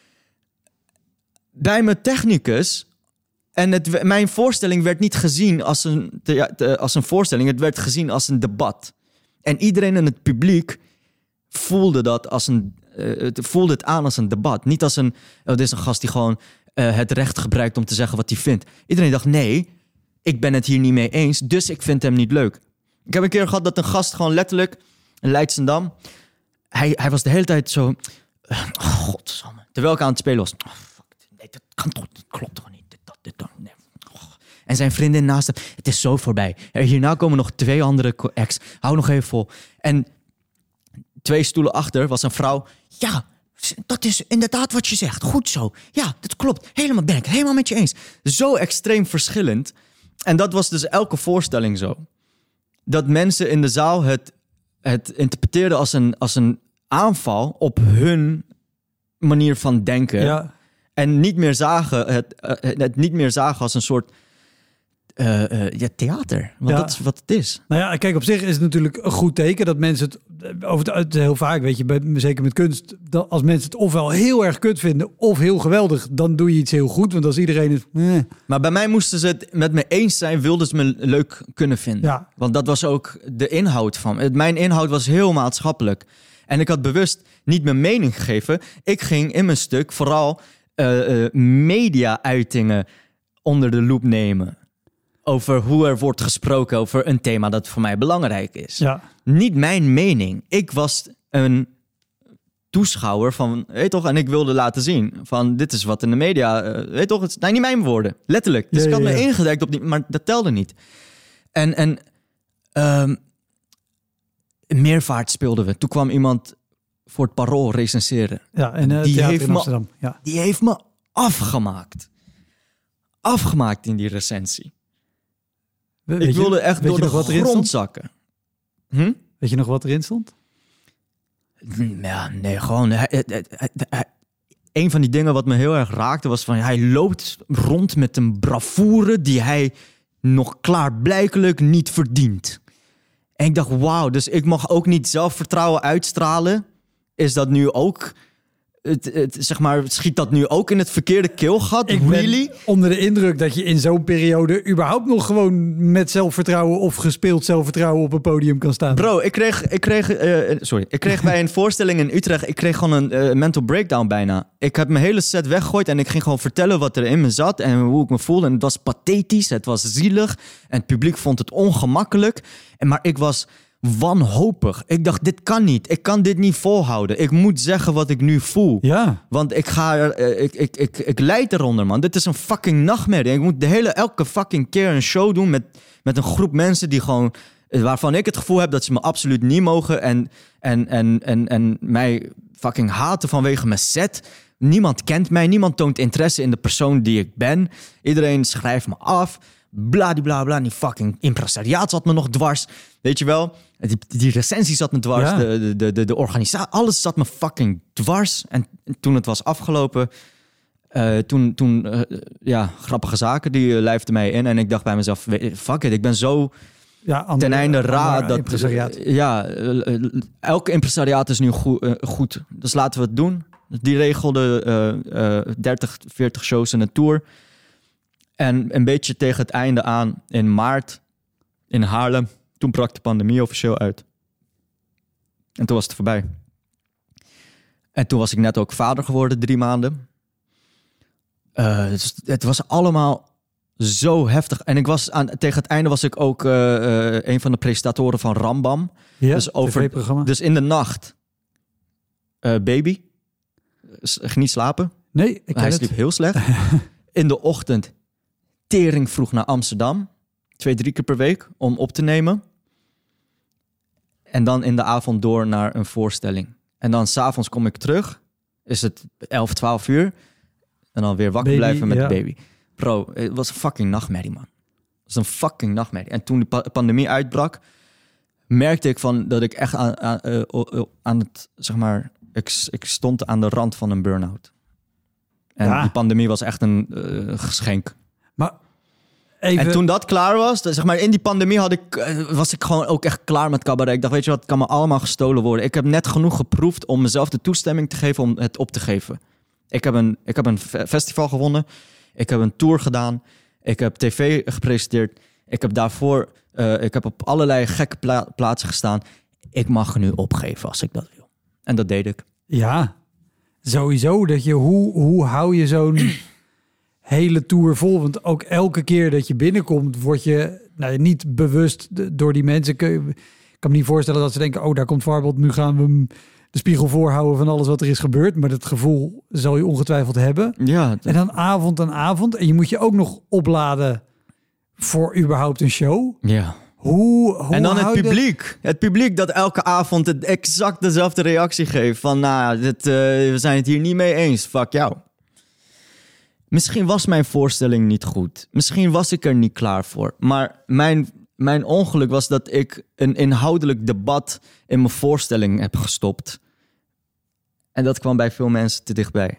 bij mijn technicus. En het, mijn voorstelling werd niet gezien als een, te, als een voorstelling. Het werd gezien als een debat. En iedereen in het publiek voelde, dat als een, uh, het voelde het aan als een debat. Niet als een, oh, dit is een gast die gewoon uh, het recht gebruikt om te zeggen wat hij vindt. Iedereen dacht, nee, ik ben het hier niet mee eens, dus ik vind hem niet leuk. Ik heb een keer gehad dat een gast gewoon letterlijk... in Leidschendam... Hij, hij was de hele tijd zo... Uh, oh, godsamme. Terwijl ik aan het spelen was. Oh, fuck, nee, dat kan toch, dat klopt toch niet. Dit, dat, dit, dat, nee. Oh. En zijn vriendin naast hem. Het is zo voorbij. Hierna komen nog twee andere ex. Hou nog even vol. En twee stoelen achter was een vrouw. Ja, dat is inderdaad wat je zegt. Goed zo. Ja, dat klopt. Helemaal ben ik het helemaal met je eens. Zo extreem verschillend. En dat was dus elke voorstelling zo. Dat mensen in de zaal het, het interpreteerden als een, als een aanval op hun manier van denken. Ja. En niet meer zagen, het, het, het niet meer zagen als een soort uh, uh, ja, theater. Want Ja. dat is wat het is. Nou ja, kijk, op zich is het natuurlijk een goed teken dat mensen het over het, het heel vaak, weet je, bij, zeker met kunst, dat als mensen het ofwel heel erg kut vinden of heel geweldig, dan doe je iets heel goed. Want als iedereen het... Eh. Maar bij mij moesten ze het met me eens zijn, wilden ze me leuk kunnen vinden. Ja. Want dat was ook de inhoud van. Het, mijn inhoud was heel maatschappelijk. En ik had bewust niet mijn mening gegeven. Ik ging in mijn stuk vooral uh, uh, media-uitingen onder de loep nemen. Over hoe er wordt gesproken over een thema dat voor mij belangrijk is. Ja. Niet mijn mening. Ik was een toeschouwer van, weet toch, en ik wilde laten zien van dit is wat in de media, uh, weet toch, het zijn niet mijn woorden, letterlijk. Dus Ja, ik had ja, me ja. ingedekt op die, maar dat telde niet. En en um, Meervaart speelden we. Toen kwam iemand voor het Parool recenseren. Ja, en uh, Die theater heeft in me- Amsterdam. Ja. Die heeft me afgemaakt. Afgemaakt in die recensie. We- Ik weet je- wilde echt weet door je de nog wat erin grond stond? zakken. Hm? Weet je nog wat erin stond? Ja, nee, gewoon... Hij, hij, hij, hij- een van die dingen wat me heel erg raakte was van... Hij loopt rond met een bravoure die hij nog klaarblijkelijk niet verdient. En ik dacht, wauw, dus ik mag ook niet zelfvertrouwen uitstralen. Is dat nu ook... Het, het, zeg maar, schiet dat nu ook in het verkeerde keelgat? Ik really? ben onder de indruk dat je in zo'n periode überhaupt nog gewoon met zelfvertrouwen of gespeeld zelfvertrouwen op een podium kan staan. Bro, ik kreeg, ik kreeg, uh, sorry, ik kreeg bij een voorstelling in Utrecht, ik kreeg gewoon een uh, mental breakdown bijna. Ik heb mijn hele set weggegooid en ik ging gewoon vertellen wat er in me zat en hoe ik me voelde. En het was pathetisch, het was zielig en het publiek vond het ongemakkelijk. En, maar ik was wanhopig. Ik dacht, dit kan niet. Ik kan dit niet volhouden. Ik moet zeggen wat ik nu voel. Ja. Want ik ga er, uh, ik, ik, ik, ik lijd eronder, man. Dit is een fucking nachtmerrie. Ik moet de hele, elke fucking keer een show doen met, met een groep mensen die gewoon, waarvan ik het gevoel heb dat ze me absoluut niet mogen en, en, en, en, en mij fucking haten vanwege mijn set. Niemand kent mij. Niemand toont interesse in de persoon die ik ben. Iedereen schrijft me af. Bladibla bla. Die fucking impresariaat zat me nog dwars. Weet je wel? Die, die recensie zat me dwars. Ja. De, de, de, de organisatie. Alles zat me fucking dwars. En toen het was afgelopen... Uh, toen, toen uh, ja, grappige zaken, die uh, lijfden mij in. En ik dacht bij mezelf, fuck it, ik ben zo Ja, andere, ten einde raad. ander Dat, impresariaat. uh, ja, uh, uh, elke impresariaat is nu goed, uh, goed. Dus laten we het doen. Die regelde uh, uh, dertig, veertig shows in een tour. En een beetje tegen het einde aan, in maart, in Haarlem. Toen brak de pandemie officieel uit. En toen was het voorbij. En toen was ik net ook vader geworden, drie maanden. Uh, dus het was allemaal zo heftig. En ik was aan, tegen het einde was ik ook uh, uh, een van de presentatoren van Rambam. Ja, dus, over, tv-programma. dus in de nacht, uh, baby, ging niet slapen. Nee, ik ken Hij het. sliep heel slecht. In de ochtend, tering vroeg naar Amsterdam. Twee, drie keer per week om op te nemen. En dan in de avond door naar een voorstelling. En dan 's avonds kom ik terug. Is het elf, twaalf uur. En dan weer wakker Baby, blijven met ja. de baby. Bro, het was een fucking nachtmerrie, man. Het was een fucking nachtmerrie. En toen de pa- pandemie uitbrak, merkte ik van dat ik echt aan, aan, uh, uh, aan het, zeg maar... Ik, ik stond aan de rand van een burn-out. En Ja. die pandemie was echt een uh, geschenk. Maar even... En toen dat klaar was, zeg maar in die pandemie had ik, uh, was ik gewoon ook echt klaar met cabaret. Ik dacht, weet je wat, het kan me allemaal gestolen worden. Ik heb net genoeg geproefd om mezelf de toestemming te geven om het op te geven. Ik heb een, ik heb een festival gewonnen. Ik heb een tour gedaan. Ik heb tv gepresenteerd. Ik heb daarvoor, uh, ik heb op allerlei gekke pla- plaatsen gestaan. Ik mag nu opgeven als ik dat wil. En dat deed ik. Ja, sowieso. Dat je, hoe, hoe hou je zo'n... hele tour vol. Want ook elke keer dat je binnenkomt, word je nou, niet bewust door die mensen. Ik kan me niet voorstellen dat ze denken, oh, daar komt Farbod, nu gaan we hem de spiegel voorhouden van alles wat er is gebeurd. Maar dat gevoel zal je ongetwijfeld hebben. Ja, dat... En dan avond aan avond. En je moet je ook nog opladen voor überhaupt een show. Ja. Hoe, hoe en dan het houden... publiek. Het publiek dat elke avond het exact dezelfde reactie geeft. Van, nou, dit, uh, we zijn het hier niet mee eens. Fuck jou. Misschien was mijn voorstelling niet goed. Misschien was ik er niet klaar voor. Maar mijn, mijn ongeluk was dat ik een inhoudelijk debat in mijn voorstelling heb gestopt. En dat kwam bij veel mensen te dichtbij.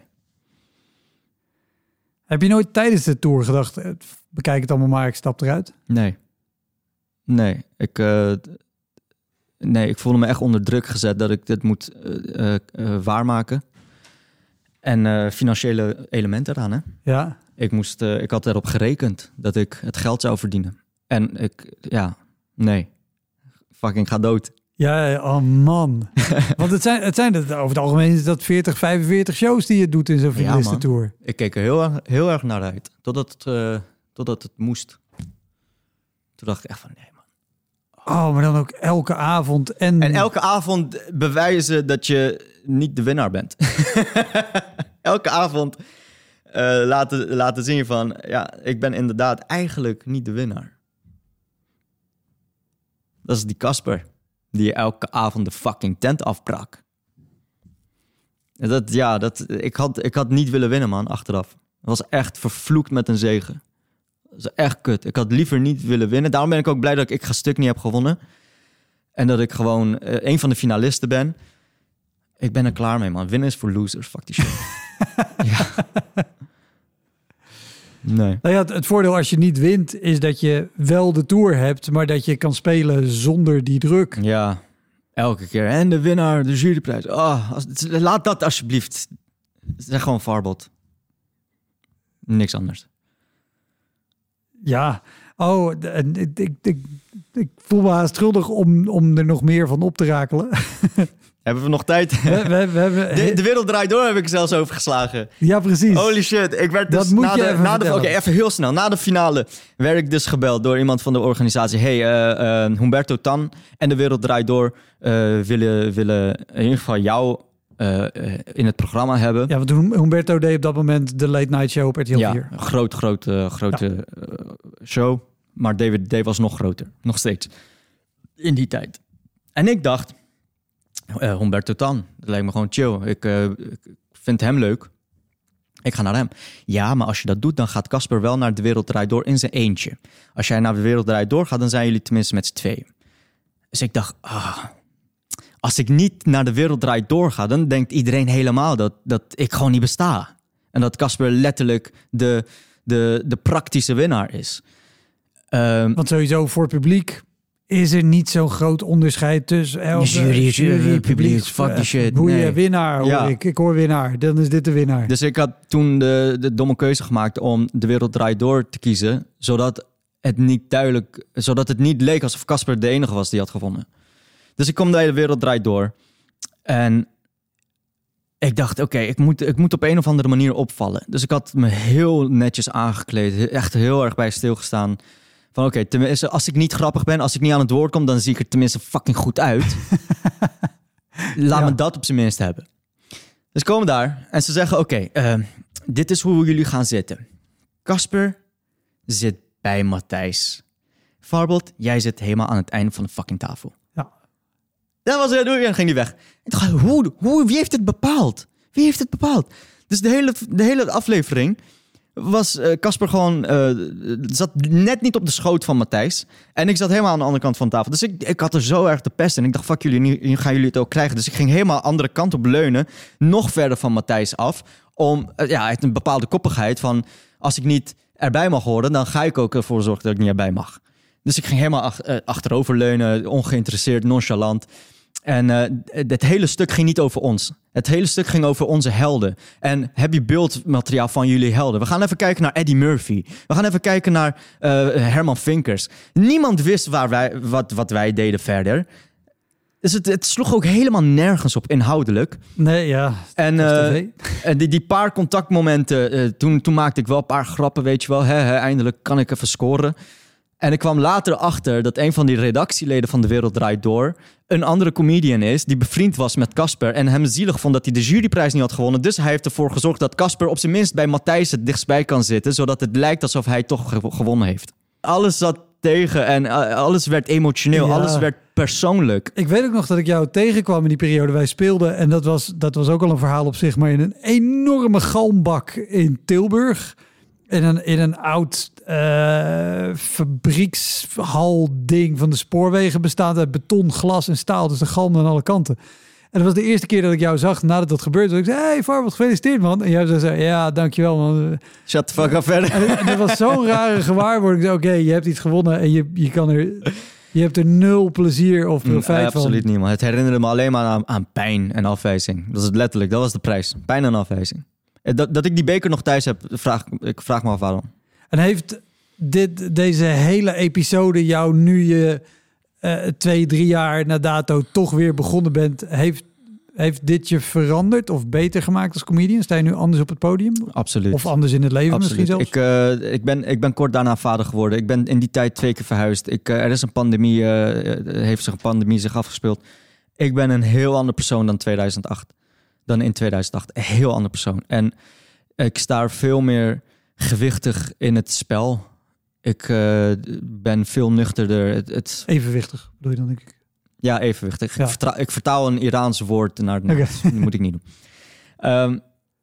Heb je nooit tijdens de tour gedacht, bekijk het allemaal maar, ik stap eruit? Nee. Nee, ik, uh, nee, ik voelde me echt onder druk gezet dat ik dit moet uh, uh, uh, waarmaken. En uh, financiële elementen eraan, hè? Ja. Ik, moest, uh, ik had erop gerekend dat ik het geld zou verdienen. En ik, ja, nee. Fucking ga dood. Ja, oh man. Want het zijn, het zijn over het algemeen is dat veertig, vijfenveertig shows die je doet in zo'n finalistentour. Ja, ik keek er heel erg, heel erg naar uit. Totdat het, uh, totdat het moest. Toen dacht ik echt van, nee man. Oh, maar dan ook elke avond. En, en elke avond bewijzen dat je niet de winnaar bent. Elke avond uh, laten, laten zien van... ja, ik ben inderdaad eigenlijk niet de winnaar. Dat is die Casper. Die elke avond de fucking tent afbrak. Dat, ja, dat, ik, had, ik had niet willen winnen, man, achteraf. Het was echt vervloekt met een zege. Dat is echt kut. Ik had liever niet willen winnen. Daarom ben ik ook blij dat ik Ik Ga Stuk niet heb gewonnen. En dat ik gewoon uh, een van de finalisten ben. Ik ben er klaar mee, man. Winnen is voor losers. Fuck die shit. Ja. Nee. Nou ja, het, het voordeel als je niet wint is dat je wel de tour hebt, maar dat je kan spelen zonder die druk. Ja, elke keer. En de winnaar, de juryprijs. Oh, als, laat dat alsjeblieft. Zeg gewoon Farbod. Niks anders. Ja, oh, ik, ik, ik, ik, ik voel me haast schuldig om, om er nog meer van op te rakelen. Hebben we nog tijd? We, we, we hebben... de, de wereld draait door, heb ik zelfs overgeslagen. Ja, precies. Holy shit. Ik werd dus dat moet na je de, even na de, Oké, okay, even heel snel. Na de finale werd ik dus gebeld door iemand van de organisatie. Hey, uh, uh, Humberto Tan en de wereld draait door uh, willen, willen in ieder geval jou uh, uh, in het programma hebben. Ja, want Humberto deed op dat moment de late night show op R T L vier. Ja, een groot, groot, uh, grote ja. uh, show. Maar David D was nog groter. Nog steeds. In die tijd. En ik dacht... Uh, Humberto Tan, dat lijkt me gewoon chill. Ik, uh, ik vind hem leuk. Ik ga naar hem. Ja, maar als je dat doet, dan gaat Casper wel naar de wereld draait door in zijn eentje. Als jij naar de wereld draait door gaat, dan zijn jullie tenminste met z'n tweeën. Dus ik dacht, ah, als ik niet naar de wereld draait door ga, dan denkt iedereen helemaal dat, dat ik gewoon niet besta. En dat Casper letterlijk de, de, de praktische winnaar is. Um, Want sowieso voor het publiek is er niet zo'n groot onderscheid tussen elke jury, jury, publiek, fuck die shit. Boeien, nee. winnaar hoor ja. ik. Ik hoor winnaar, dan is dit de winnaar. Dus ik had toen de, de domme keuze gemaakt om de wereld draait door te kiezen, zodat het niet duidelijk, zodat het niet leek alsof Casper de enige was die had gewonnen. Dus ik kom bij de wereld draait door en ik dacht, oké, okay, ik, moet, ik moet op een of andere manier opvallen. Dus ik had me heel netjes aangekleed, echt heel erg bij stilgestaan. Van oké, okay, als ik niet grappig ben, als ik niet aan het woord kom, dan zie ik er tenminste fucking goed uit. Laat ja. me dat op zijn minst hebben. Dus komen daar en ze zeggen, oké, okay, uh, dit is hoe jullie gaan zitten. Casper zit bij Matthijs. Farbod, jij zit helemaal aan het einde van de fucking tafel. Ja. Dat was het, en ging die weg. Ik dacht, hoe, hoe, wie heeft het bepaald? Wie heeft het bepaald? Dus de hele, de hele aflevering was Casper uh, gewoon... Uh, zat net niet op de schoot van Matthijs. En ik zat helemaal aan de andere kant van de tafel. Dus ik, ik had er zo erg de pest in. Ik dacht, fuck jullie, nu, nu gaan jullie het ook krijgen. Dus ik ging helemaal de andere kant op leunen. Nog verder van Matthijs af. Om, uh, ja, uit een bepaalde koppigheid van... Als ik niet erbij mag horen, dan ga ik ook ervoor zorgen dat ik niet erbij mag. Dus ik ging helemaal ach, uh, achteroverleunen. Ongeïnteresseerd, nonchalant. En uh, het hele stuk ging niet over ons. Het hele stuk ging over onze helden. En heb je beeldmateriaal van jullie helden? We gaan even kijken naar Eddie Murphy. We gaan even kijken naar uh, Herman Vinkers. Niemand wist waar wij, wat, wat wij deden verder. Dus het, het sloeg ook helemaal nergens op, inhoudelijk. Nee, ja. En, uh, en die, die paar contactmomenten, uh, toen, toen maakte ik wel een paar grappen, weet je wel. Hè, hè, eindelijk kan ik even scoren. En ik kwam later achter dat een van die redactieleden van De Wereld Draait Door een andere comedian is die bevriend was met Casper en hem zielig vond dat hij de juryprijs niet had gewonnen. Dus hij heeft ervoor gezorgd dat Casper op zijn minst bij Matthijs het dichtstbij kan zitten, zodat het lijkt alsof hij toch ge- gewonnen heeft. Alles zat tegen en alles werd emotioneel, ja. Alles werd persoonlijk. Ik weet ook nog dat ik jou tegenkwam in die periode. Wij speelden, en dat was, dat was ook al een verhaal op zich, maar in een enorme galmbak in Tilburg. In een, in een oud uh, fabriekshal ding van de spoorwegen bestaat uit beton, glas en staal. Dus de galm aan alle kanten. En dat was de eerste keer dat ik jou zag nadat dat gebeurde. Ik zei, hey Farbod, gefeliciteerd man. En jij zei, ja, dankjewel man. Shut the fuck up verder. En, en dat was zo'n rare gewaarwording. Ik zei, oké, okay, je hebt iets gewonnen en je, je kan er... Je hebt er nul plezier of profijt mm, van. Absoluut niet man. Het herinnerde me alleen maar aan, aan pijn en afwijzing. Dat is het letterlijk, dat was de prijs. Pijn en afwijzing. Dat, dat ik die beker nog thuis heb, vraag, ik vraag me af waarom. En heeft dit, deze hele episode jou nu je uh, twee, drie jaar na dato toch weer begonnen bent, heeft, heeft dit je veranderd of beter gemaakt als comedian? Sta je nu anders op het podium? Absoluut. Of anders in het leven Absoluut. misschien zelfs? Ik, uh, ik, ben, ik ben kort daarna vader geworden. Ik ben in die tijd twee keer verhuisd. Ik, uh, er is een pandemie, uh, heeft zich een pandemie zich afgespeeld. Ik ben een heel ander persoon dan tweeduizend acht. Dan in tweeduizend acht. Een heel ander persoon. En ik sta veel meer gewichtig in het spel. Ik uh, ben veel nuchterder. Het, het... Evenwichtig, bedoel je dan, denk ik? Ja, evenwichtig. Ja. Ik, vertaal, ik vertaal een Iraans woord naar het Nederlands. Okay. Dat moet ik niet doen. Um,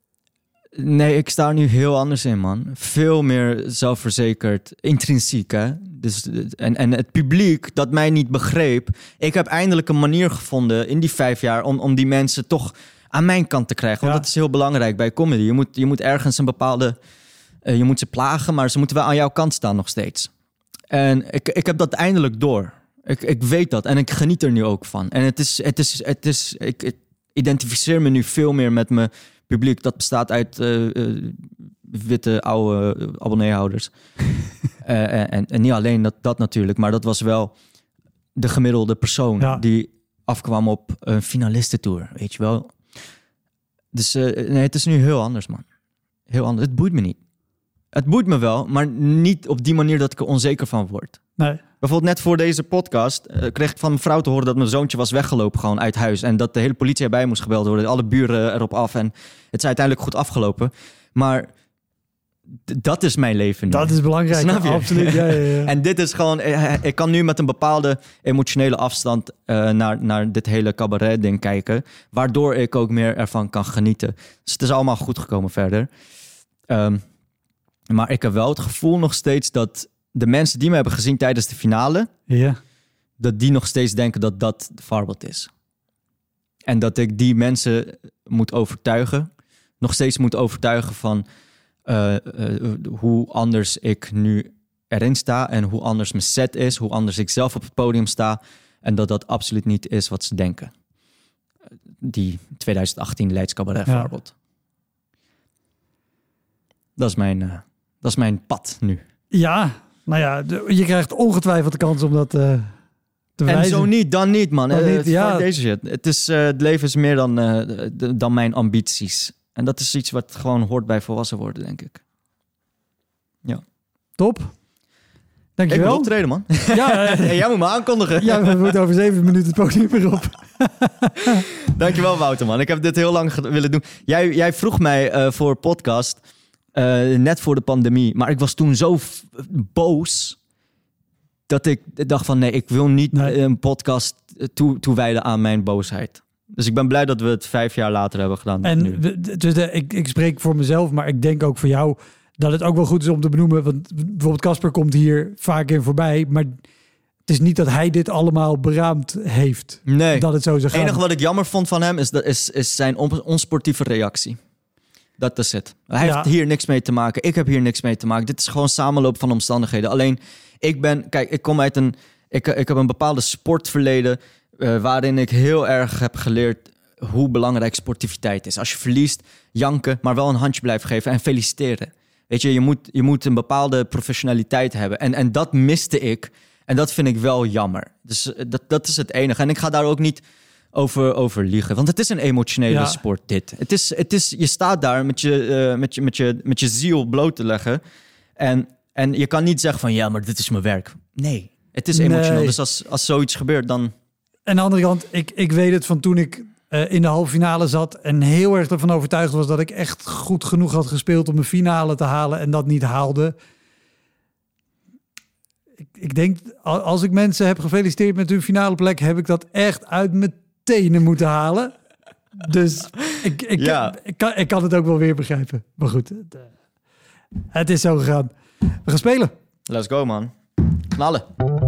nee, ik sta er nu heel anders in, man. Veel meer zelfverzekerd. Intrinsiek, hè. Dus, en, en het publiek dat mij niet begreep. Ik heb eindelijk een manier gevonden in die vijf jaar... om, om die mensen toch aan mijn kant te krijgen. Want ja. Dat is heel belangrijk bij comedy. Je moet, je moet ergens een bepaalde... Uh, je moet ze plagen, maar ze moeten wel aan jouw kant staan nog steeds. En ik, ik heb dat eindelijk door. Ik, ik weet dat en ik geniet er nu ook van. En het is, het is, het is, ik, ik identificeer me nu veel meer met mijn publiek. Dat bestaat uit uh, uh, witte, oude uh, abonneehouders. uh, en, en niet alleen dat, dat natuurlijk, maar dat was wel de gemiddelde persoon ja. die afkwam op een finalistentour, weet je wel. Dus uh, nee, het is nu heel anders, man. Heel anders. Het boeit me niet. Het boeit me wel, maar niet op die manier dat ik er onzeker van word. Nee. Bijvoorbeeld net voor deze podcast uh, kreeg ik van mijn vrouw te horen dat mijn zoontje was weggelopen gewoon uit huis. En dat de hele politie erbij moest gebeld worden. Alle buren erop af. En het is uiteindelijk goed afgelopen. Maar d- dat is mijn leven nu. Dat is belangrijk. Snap je? Absoluut. Ja, ja, ja. En dit is gewoon... Ik kan nu met een bepaalde emotionele afstand uh, naar, naar dit hele cabaret ding kijken. Waardoor ik ook meer ervan kan genieten. Dus het is allemaal goed gekomen verder. Um, maar ik heb wel het gevoel nog steeds dat de mensen die me hebben gezien tijdens de finale... Ja. dat die nog steeds denken dat dat Farbod is. En dat ik die mensen moet overtuigen. Nog steeds moet overtuigen van uh, uh, hoe anders ik nu erin sta... en hoe anders mijn set is, hoe anders ik zelf op het podium sta... en dat dat absoluut niet is wat ze denken. Die twintig achttien Leids Cabaret ja. Farbod. Dat is mijn... Uh, Dat is mijn pad nu. Ja, nou ja, de, je krijgt ongetwijfeld de kans om dat uh, te wijzen. En zo niet, dan niet, man. Uh, niet, ja. Deze shit. Het, is, uh, het leven is meer dan, uh, de, dan mijn ambities. En dat is iets wat gewoon hoort bij volwassen worden, denk ik. Ja. Top. Dankjewel. Ik moet optreden, man. Ja, uh, jij moet me aankondigen. Ja, we moeten over zeven minuten het podium weer op. Dankjewel, Wouter, man. Ik heb dit heel lang willen doen. Jij, jij vroeg mij uh, voor podcast... Uh, net voor de pandemie. Maar ik was toen zo f- boos... dat ik dacht van... nee, ik wil niet nee. een podcast toe- toewijden aan mijn boosheid. Dus ik ben blij dat we het vijf jaar later hebben gedaan. En nu. Dus de, ik, ik spreek voor mezelf, maar ik denk ook voor jou... dat het ook wel goed is om te benoemen. Want bijvoorbeeld Casper komt hier vaak in voorbij... maar het is niet dat hij dit allemaal beraamd heeft. Nee. Dat het zo zou gaan. Het enige wat ik jammer vond van hem... is, dat, is, is zijn on- onsportieve reactie. Dat is het. Hij ja. heeft hier niks mee te maken. Ik heb hier niks mee te maken. Dit is gewoon samenloop van omstandigheden. Alleen, ik ben... Kijk, ik kom uit een... Ik, ik heb een bepaalde sportverleden... Uh, waarin ik heel erg heb geleerd... hoe belangrijk sportiviteit is. Als je verliest, janken... maar wel een handje blijven geven en feliciteren. Weet je, je moet, je moet een bepaalde professionaliteit hebben. En, en dat miste ik... En dat vind ik wel jammer. Dus uh, dat, dat is het enige. En ik ga daar ook niet over, over liegen. Want het is een emotionele ja. sport, dit. Het is, het is, je staat daar met je, uh, met je, met je, met je ziel bloot te leggen. En, en je kan niet zeggen van, ja, maar dit is mijn werk. Nee, het is emotioneel. Nee. Dus als, als zoiets gebeurt, dan... Aan de andere kant, ik, ik weet het van toen ik uh, in de halve finale zat en heel erg ervan overtuigd was dat ik echt goed genoeg had gespeeld om een finale te halen en dat niet haalde. Ik, ik denk, als ik mensen heb gefeliciteerd met hun finale plek, heb ik dat echt uit mijn tenen moeten halen. Dus ik, ik, ja. ik, kan, ik kan het ook wel weer begrijpen. Maar goed, het, uh, het is zo gegaan. We gaan spelen. Let's go, man. Knallen.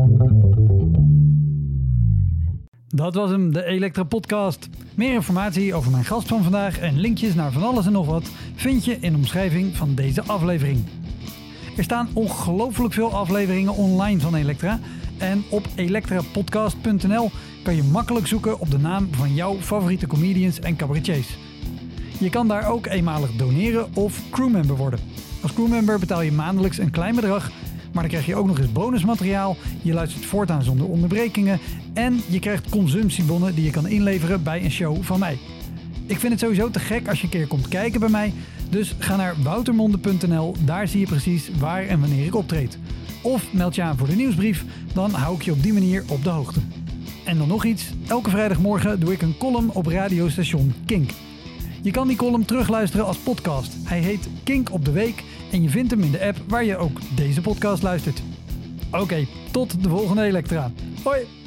Dat was hem, de Elektra Podcast. Meer informatie over mijn gast van vandaag en linkjes naar van alles en nog wat vind je in de omschrijving van deze aflevering. Er staan ongelooflijk veel afleveringen online van Elektra. En op elektra podcast punt n l kan je makkelijk zoeken op de naam van jouw favoriete comedians en cabaretiers. Je kan daar ook eenmalig doneren of crewmember worden. Als crewmember betaal je maandelijks een klein bedrag, maar dan krijg je ook nog eens bonusmateriaal. Je luistert voortaan zonder onderbrekingen en je krijgt consumptiebonnen die je kan inleveren bij een show van mij. Ik vind het sowieso te gek als je een keer komt kijken bij mij. Dus ga naar woutermonde punt n l, daar zie je precies waar en wanneer ik optreed. Of meld je aan voor de nieuwsbrief, dan hou ik je op die manier op de hoogte. En dan nog iets, elke vrijdagmorgen doe ik een column op radiostation Kink. Je kan die column terugluisteren als podcast. Hij heet Kink op de Week en je vindt hem in de app waar je ook deze podcast luistert. Oké, okay, tot de volgende Elektra. Hoi!